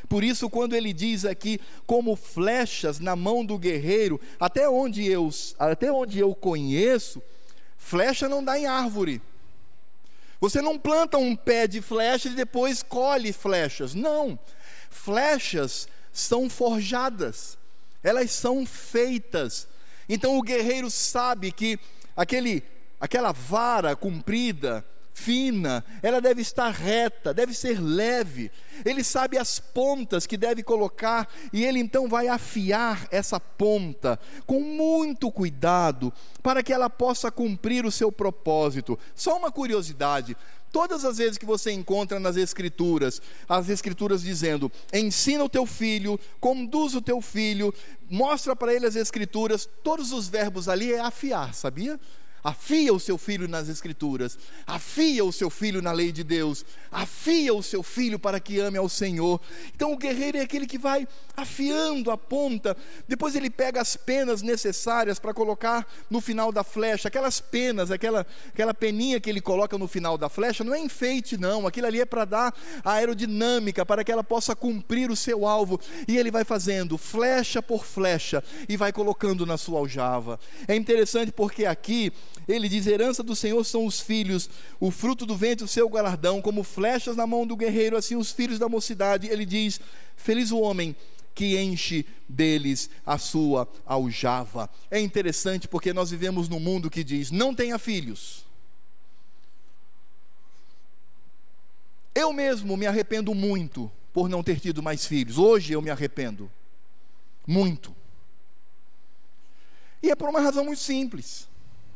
Por isso, quando ele diz aqui, como flechas na mão do guerreiro, até onde eu conheço, flecha não dá em árvore. Você não planta um pé de flecha e depois colhe flechas. Não, flechas são forjadas, elas são feitas. Então o guerreiro sabe que aquela vara comprida, fina, ela deve estar reta, deve ser leve. Ele sabe as pontas que deve colocar, e ele então vai afiar essa ponta com muito cuidado, para que ela possa cumprir o seu propósito. Só uma curiosidade: todas as vezes que você encontra nas Escrituras, as Escrituras dizendo, ensina o teu filho, conduz o teu filho, mostra para ele as Escrituras, todos os verbos ali é afiar, sabia? Afia o seu filho nas Escrituras, afia o seu filho na lei de Deus, afia o seu filho para que ame ao Senhor. Então o guerreiro é aquele que vai afiando a ponta, depois ele pega as penas necessárias para colocar no final da flecha. Aquelas penas, aquela peninha que ele coloca no final da flecha, não é enfeite não, aquilo ali é para dar a aerodinâmica, para que ela possa cumprir o seu alvo, e ele vai fazendo flecha por flecha, e vai colocando na sua aljava. É interessante porque aqui ele diz, herança do Senhor são os filhos, o fruto do ventre o seu galardão, como flechas na mão do guerreiro, assim os filhos da mocidade. Ele diz, feliz o homem que enche deles a sua aljava. É interessante porque nós vivemos num mundo que diz, não tenha filhos. Eu mesmo me arrependo muito por não ter tido mais filhos. Hoje eu me arrependo muito, e é por uma razão muito simples.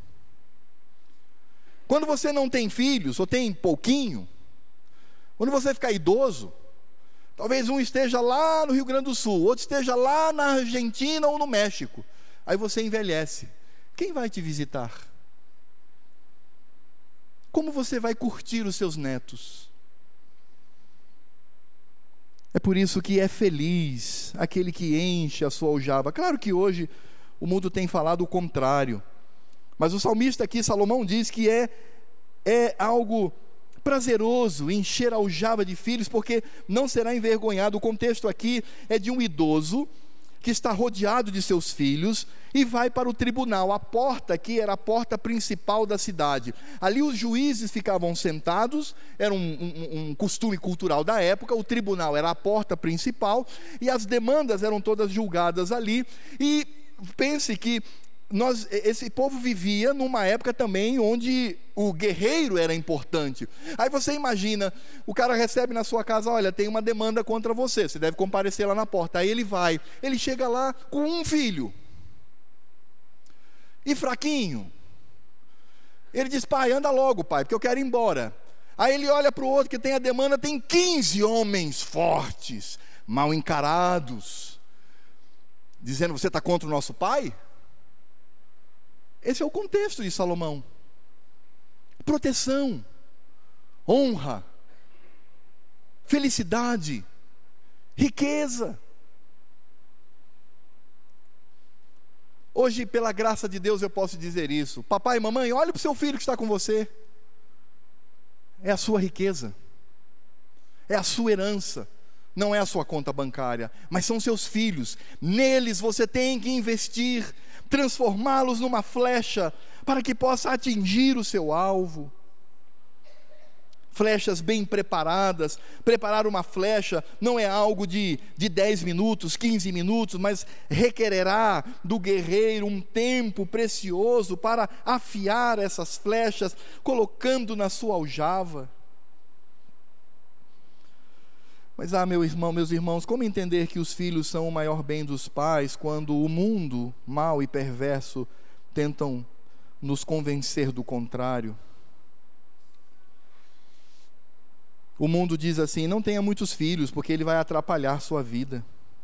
Quando você não tem filhos, ou tem pouquinho, quando você ficar idoso, talvez um esteja lá no Rio Grande do Sul, outro esteja lá na Argentina ou no México, aí você envelhece. Quem vai te visitar? Como você vai curtir os seus netos? É por isso que é feliz aquele que enche a sua aljava. Claro que hoje o mundo tem falado o contrário, mas o salmista aqui, Salomão, diz que é algo prazeroso encher a aljava de filhos, porque não será envergonhado. O contexto aqui é de um idoso que está rodeado de seus filhos e vai para o tribunal. A porta aqui era a porta principal da cidade. Ali os juízes ficavam sentados, era um costume cultural da época. O tribunal era a porta principal e as demandas eram todas julgadas ali. E pense que esse povo vivia numa época também onde o guerreiro era importante. Aí você imagina, o cara recebe na sua casa, olha, tem uma demanda contra você, você deve comparecer lá na porta. Aí ele chega lá com um filho, e fraquinho. Ele diz, pai, anda logo, pai, porque eu quero ir embora. Aí ele olha para o outro que tem a demanda, tem 15 homens fortes, mal encarados, dizendo, você está contra o nosso pai? Esse é o contexto de Salomão. Proteção, honra, felicidade, riqueza. Hoje, pela graça de Deus, eu posso dizer isso. Papai e mamãe, olhe para o seu filho que está com você. É a sua riqueza, é a sua herança. Não é a sua conta bancária, mas são seus filhos. Neles você tem que investir, transformá-los numa flecha, para que possa atingir o seu alvo. Flechas bem preparadas. Preparar uma flecha não é algo de 10 minutos, 15 minutos, mas requererá do guerreiro um tempo precioso para afiar essas flechas, colocando na sua aljava. Mas meus irmãos, como entender que os filhos são o maior bem dos pais, quando o mundo mau e perverso tentam nos convencer do contrário? O mundo diz assim, não tenha muitos filhos, porque ele vai atrapalhar sua vida.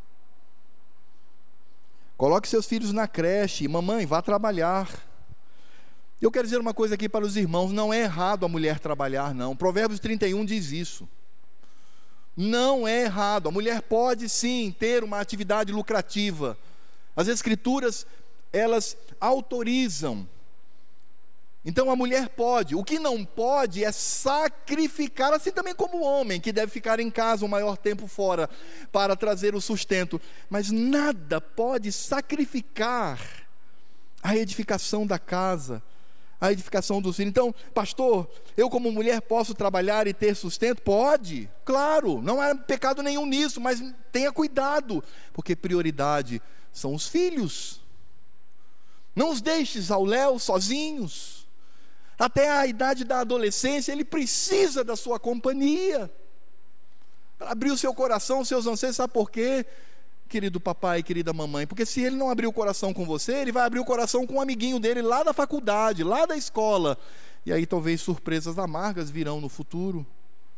Coloque seus filhos na creche, mamãe, vá trabalhar. Eu quero dizer uma coisa aqui para os irmãos, não é errado a mulher trabalhar, não. Provérbios 31 diz isso. Não é errado, a mulher pode sim ter uma atividade lucrativa. As Escrituras, elas autorizam Então a mulher pode, o que não pode é sacrificar, assim também como o homem, que deve ficar em casa o maior tempo fora, para trazer o sustento, mas nada pode sacrificar a edificação da casa, a edificação dos filhos. Então, pastor, eu como mulher posso trabalhar e ter sustento? Pode, claro, não há pecado nenhum nisso, mas tenha cuidado, porque prioridade são os filhos. Não os deixes ao léu sozinhos. Até a idade da adolescência, ele precisa da sua companhia, para abrir o seu coração, os seus anseios. Sabe por quê, querido papai e querida mamãe? Porque se ele não abrir o coração com você, ele vai abrir o coração com um amiguinho dele lá da faculdade, lá da escola, e aí talvez surpresas amargas virão no futuro.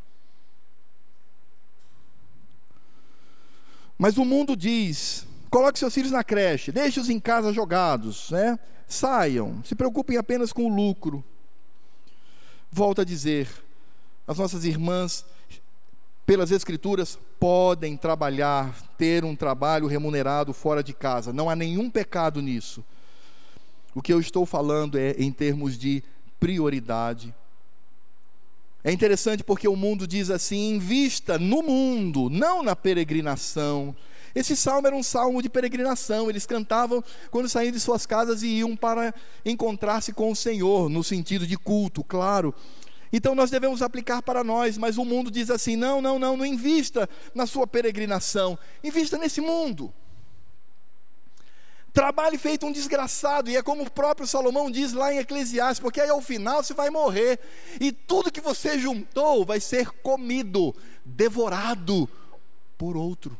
Mas o mundo diz: coloque seus filhos na creche, deixe-os em casa jogados, né? Saiam, se preocupem apenas com o lucro. Volto a dizer, as nossas irmãs, pelas Escrituras, podem trabalhar, ter um trabalho remunerado fora de casa, não há nenhum pecado nisso. O que eu estou falando é em termos de prioridade. É interessante porque o mundo diz assim: invista no mundo, não na peregrinação. Esse salmo era um salmo de peregrinação, eles cantavam quando saíam de suas casas e iam para encontrar-se com o Senhor, no sentido de culto, claro. Então nós devemos aplicar para nós, mas o mundo diz assim: não invista na sua peregrinação, invista nesse mundo. Trabalhe feito um desgraçado, e é como o próprio Salomão diz lá em Eclesiastes, porque aí ao final você vai morrer, e tudo que você juntou vai ser comido, devorado por outro.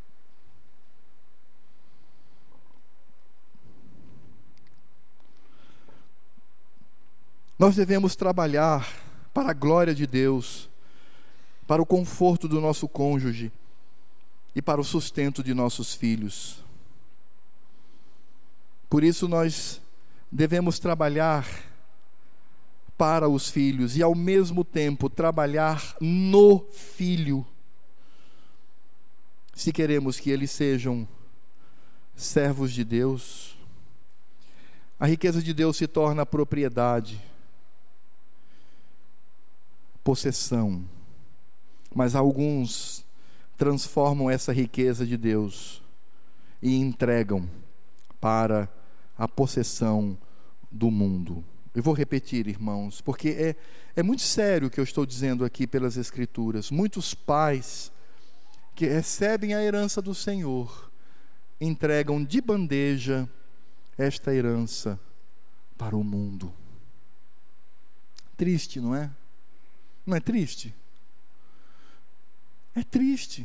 Nós devemos trabalhar para a glória de Deus, para o conforto do nosso cônjuge e para o sustento de nossos filhos. Por isso nós devemos trabalhar para os filhos e ao mesmo tempo trabalhar no filho, se queremos que eles sejam servos de Deus. A riqueza de Deus se torna propriedade, possessão, mas alguns transformam essa riqueza de Deus e entregam para a possessão do mundo. Eu vou repetir, irmãos, porque é muito sério o que eu estou dizendo aqui pelas Escrituras. Muitos pais que recebem a herança do Senhor entregam de bandeja esta herança para o mundo. Triste, não é? Não é triste? É triste.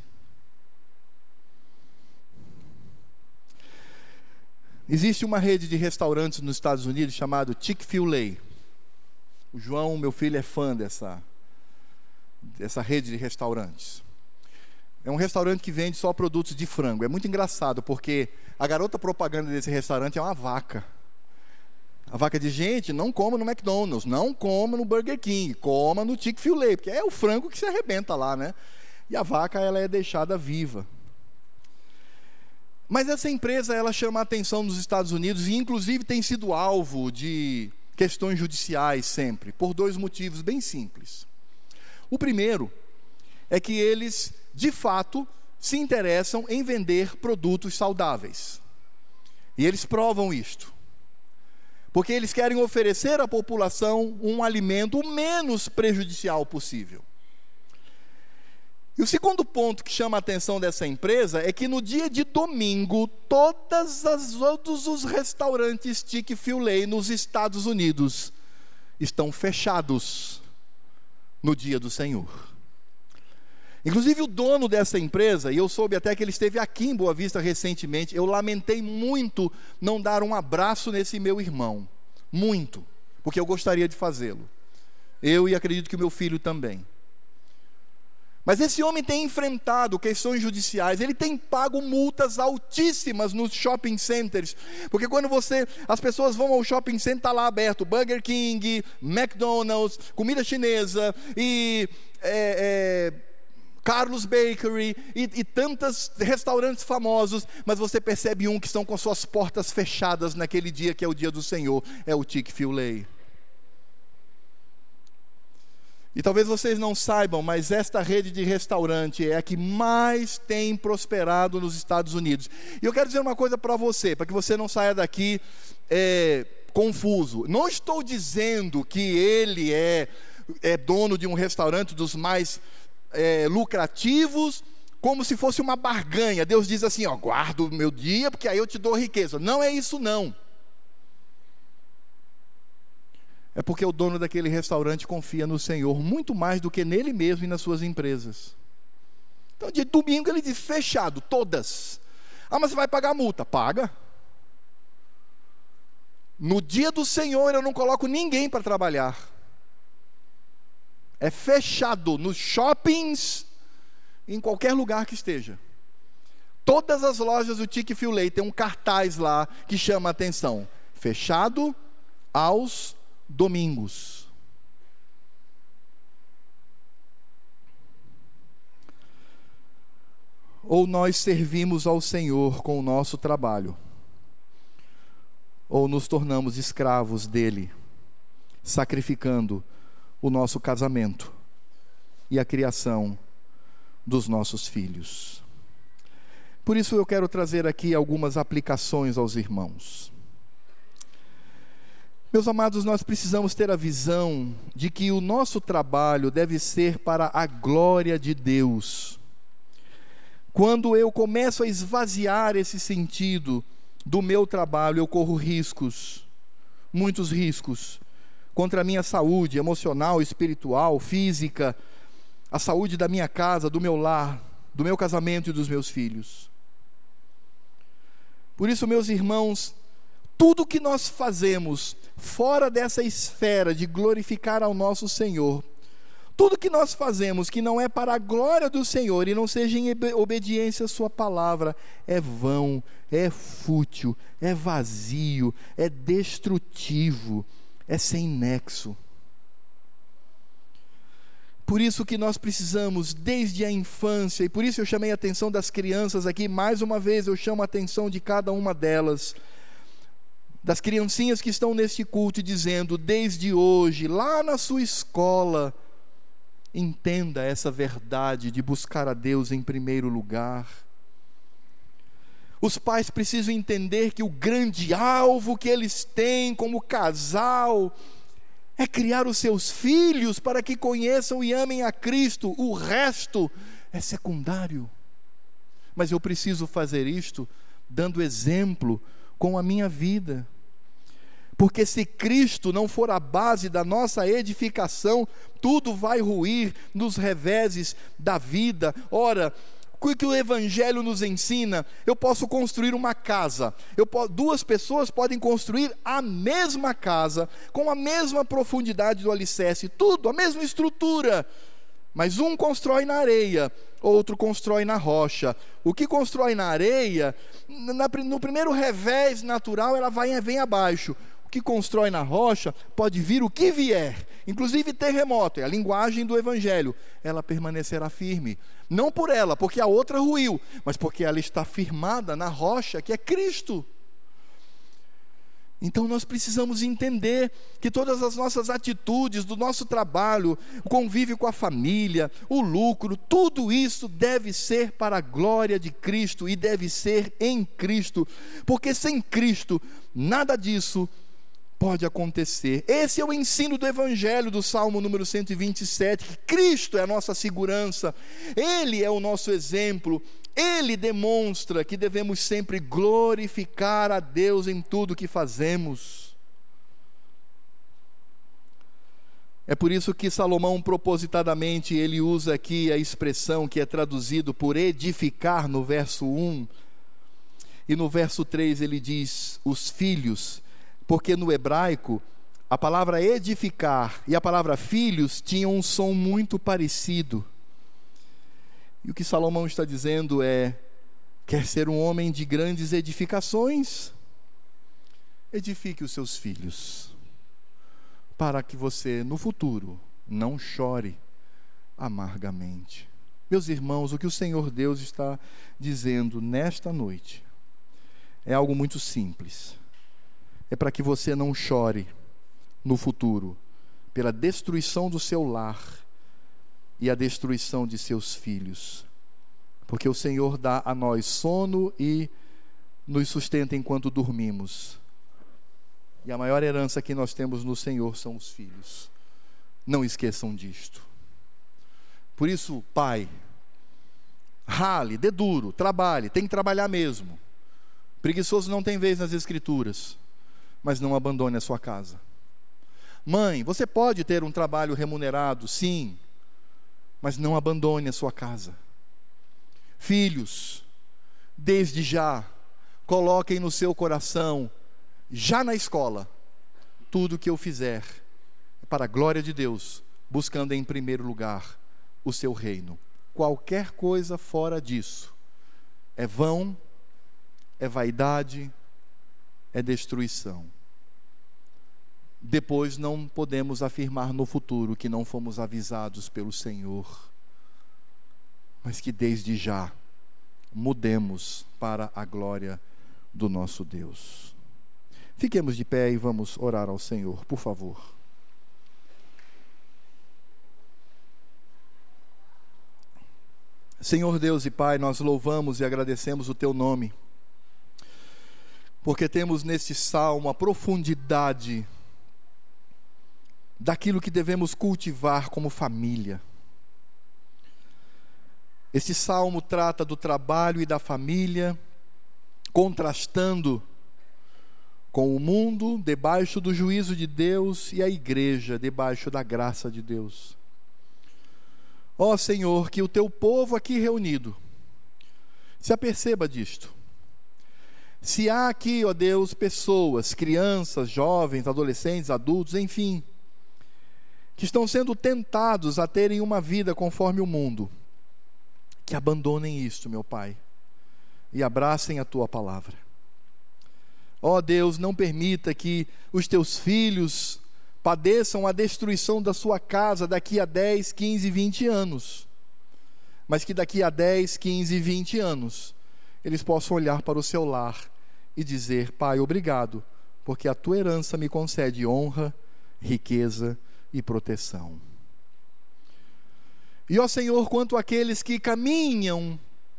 Existe uma rede de restaurantes nos Estados Unidos chamado Chick-fil-A. O João, meu filho, é fã dessa rede de restaurantes. É um restaurante que vende só produtos de frango. É muito engraçado, porque a garota propaganda desse restaurante é uma vaca. A vaca diz: gente, não coma no McDonald's, não coma no Burger King, coma no Chick-fil-A, porque é o frango que se arrebenta lá, né? E a vaca, ela é deixada viva. Mas essa empresa, ela chama a atenção nos Estados Unidos e inclusive tem sido alvo de questões judiciais sempre, por dois motivos bem simples. O primeiro é que eles, de fato, se interessam em vender produtos saudáveis. E eles provam isto. Porque eles querem oferecer à população um alimento o menos prejudicial possível. E o segundo ponto que chama a atenção dessa empresa é que no dia de domingo, todos os restaurantes Chick-fil-A nos Estados Unidos estão fechados no dia do Senhor. Inclusive o dono dessa empresa, e eu soube até que ele esteve aqui em Boa Vista recentemente, eu lamentei muito não dar um abraço nesse meu irmão. Muito, porque eu gostaria de fazê-lo. Eu e acredito que o meu filho também. Mas esse homem tem enfrentado questões judiciais, ele tem pago multas altíssimas nos shopping centers, porque quando as pessoas vão ao shopping center, está lá aberto Burger King, McDonald's, comida chinesa e Carlos Bakery e tantos restaurantes famosos, mas você percebe que estão com suas portas fechadas naquele dia que é o dia do Senhor, é o Chick-fil-A. E talvez vocês não saibam, mas esta rede de restaurante é a que mais tem prosperado nos Estados Unidos. E eu quero dizer uma coisa para você, para que você não saia daqui confuso. Não estou dizendo que ele é dono de um restaurante dos mais lucrativos, como se fosse uma barganha. Deus diz assim, ó, guarda o meu dia, porque aí eu te dou riqueza. Não é isso não. É porque o dono daquele restaurante confia no Senhor muito mais do que nele mesmo e nas suas empresas. Então, de domingo ele diz, fechado, todas. Ah, mas você vai pagar a multa? Paga. No dia do Senhor eu não coloco ninguém para trabalhar. É fechado nos shoppings, em qualquer lugar que esteja. Todas as lojas do Chick-fil-A tem um cartaz lá que chama a atenção. Fechado aos domingos. Ou nós servimos ao Senhor com o nosso trabalho, ou nos tornamos escravos dele, sacrificando o nosso casamento e a criação dos nossos filhos. Por isso eu quero trazer aqui algumas aplicações aos irmãos. Meus amados, nós precisamos ter a visão de que o nosso trabalho deve ser para a glória de Deus. Quando eu começo a esvaziar esse sentido do meu trabalho, eu corro riscos, muitos riscos, contra a minha saúde emocional, espiritual, física, a saúde da minha casa, do meu lar, do meu casamento e dos meus filhos. Por isso, meus irmãos, tudo que nós fazemos fora dessa esfera de glorificar ao nosso Senhor, tudo que nós fazemos que não é para a glória do Senhor e não seja em obediência à sua palavra, é vão, é fútil, é vazio, é destrutivo, é sem nexo. Por isso que nós precisamos, desde a infância, e por isso eu chamei a atenção das crianças aqui, mais uma vez eu chamo a atenção de cada uma delas, das criancinhas que estão neste culto, dizendo, desde hoje, lá na sua escola, entenda essa verdade de buscar a Deus em primeiro lugar. Os pais precisam entender que o grande alvo que eles têm como casal é criar os seus filhos para que conheçam e amem a Cristo. O resto é secundário. Mas eu preciso fazer isto dando exemplo com a minha vida. Porque se Cristo não for a base da nossa edificação, tudo vai ruir nos reveses da vida. Ora, o que o Evangelho nos ensina? Eu posso construir uma casa, duas pessoas podem construir a mesma casa, com a mesma profundidade do alicerce, tudo, a mesma estrutura, mas um constrói na areia, outro constrói na rocha. O que constrói na areia, no primeiro revés natural, ela vem abaixo. Que constrói na rocha, pode vir o que vier, inclusive terremoto, é a linguagem do Evangelho, ela permanecerá firme, não por ela, porque a outra ruiu, mas porque ela está firmada na rocha, que é Cristo. Então nós precisamos entender que todas as nossas atitudes, do nosso trabalho, o convívio com a família, o lucro, tudo isso deve ser para a glória de Cristo, e deve ser em Cristo, porque sem Cristo, nada disso pode acontecer. Esse é o ensino do Evangelho, do Salmo número 127, que Cristo é a nossa segurança, Ele é o nosso exemplo, Ele demonstra que devemos sempre glorificar a Deus em tudo que fazemos. É por isso que Salomão, propositadamente, ele usa aqui a expressão que é traduzido por edificar no verso 1, e no verso 3 ele diz, os filhos, porque no hebraico, a palavra edificar e a palavra filhos tinham um som muito parecido. E o que Salomão está dizendo é, quer ser um homem de grandes edificações? Edifique os seus filhos, para que você no futuro não chore amargamente. Meus irmãos, o que o Senhor Deus está dizendo nesta noite é algo muito simples. É para que você não chore no futuro pela destruição do seu lar e a destruição de seus filhos. Porque o Senhor dá a nós sono e nos sustenta enquanto dormimos. E a maior herança que nós temos no Senhor são os filhos. Não esqueçam disto. Por isso, pai, rale, dê duro, trabalhe, tem que trabalhar mesmo. Preguiçoso não tem vez nas Escrituras, mas não abandone a sua casa. Mãe, você pode ter um trabalho remunerado, sim, mas não abandone a sua casa. Filhos, desde já, coloquem no seu coração, já na escola, tudo que eu fizer, para a glória de Deus, buscando em primeiro lugar o seu reino. Qualquer coisa fora disso é vão, é vaidade, é destruição. Depois não podemos afirmar no futuro que não fomos avisados pelo Senhor, mas que desde já mudemos para a glória do nosso Deus. Fiquemos de pé e vamos orar ao Senhor, por favor. Senhor Deus e Pai, nós louvamos e agradecemos o Teu nome, porque temos neste salmo a profundidade daquilo que devemos cultivar como família. Este salmo trata do trabalho e da família, contrastando com o mundo debaixo do juízo de Deus e a igreja debaixo da graça de Deus. Ó Senhor, que o Teu povo aqui reunido se aperceba disto. Se há aqui, ó Deus, pessoas, crianças, jovens, adolescentes, adultos, enfim, que estão sendo tentados a terem uma vida conforme o mundo, que abandonem isto, meu Pai, e abracem a Tua palavra. Ó Deus, não permita que os Teus filhos padeçam a destruição da sua casa daqui a 10, 15, 20 anos, mas que daqui a 10, 15, 20 anos, eles possam olhar para o seu lar e dizer: Pai, obrigado, porque a Tua herança me concede honra, riqueza e proteção. E ó Senhor, quanto àqueles que caminham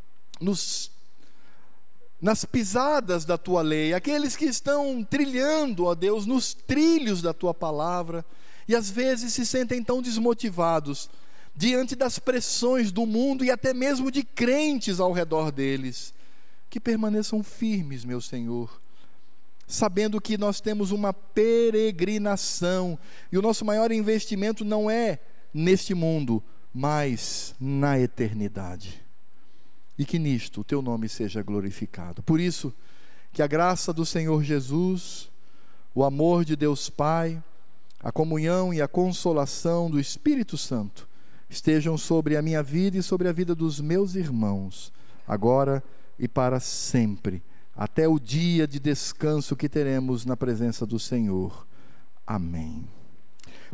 nas pisadas da Tua lei, aqueles que estão trilhando, ó Deus, nos trilhos da Tua palavra, e às vezes se sentem tão desmotivados diante das pressões do mundo e até mesmo de crentes ao redor deles, que permaneçam firmes, meu Senhor, sabendo que nós temos uma peregrinação, e o nosso maior investimento não é neste mundo, mas na eternidade. E que nisto o Teu nome seja glorificado. Por isso, que a graça do Senhor Jesus, o amor de Deus Pai, a comunhão e a consolação do Espírito Santo estejam sobre a minha vida e sobre a vida dos meus irmãos, agora e para sempre, até o dia de descanso que teremos na presença do Senhor. Amém.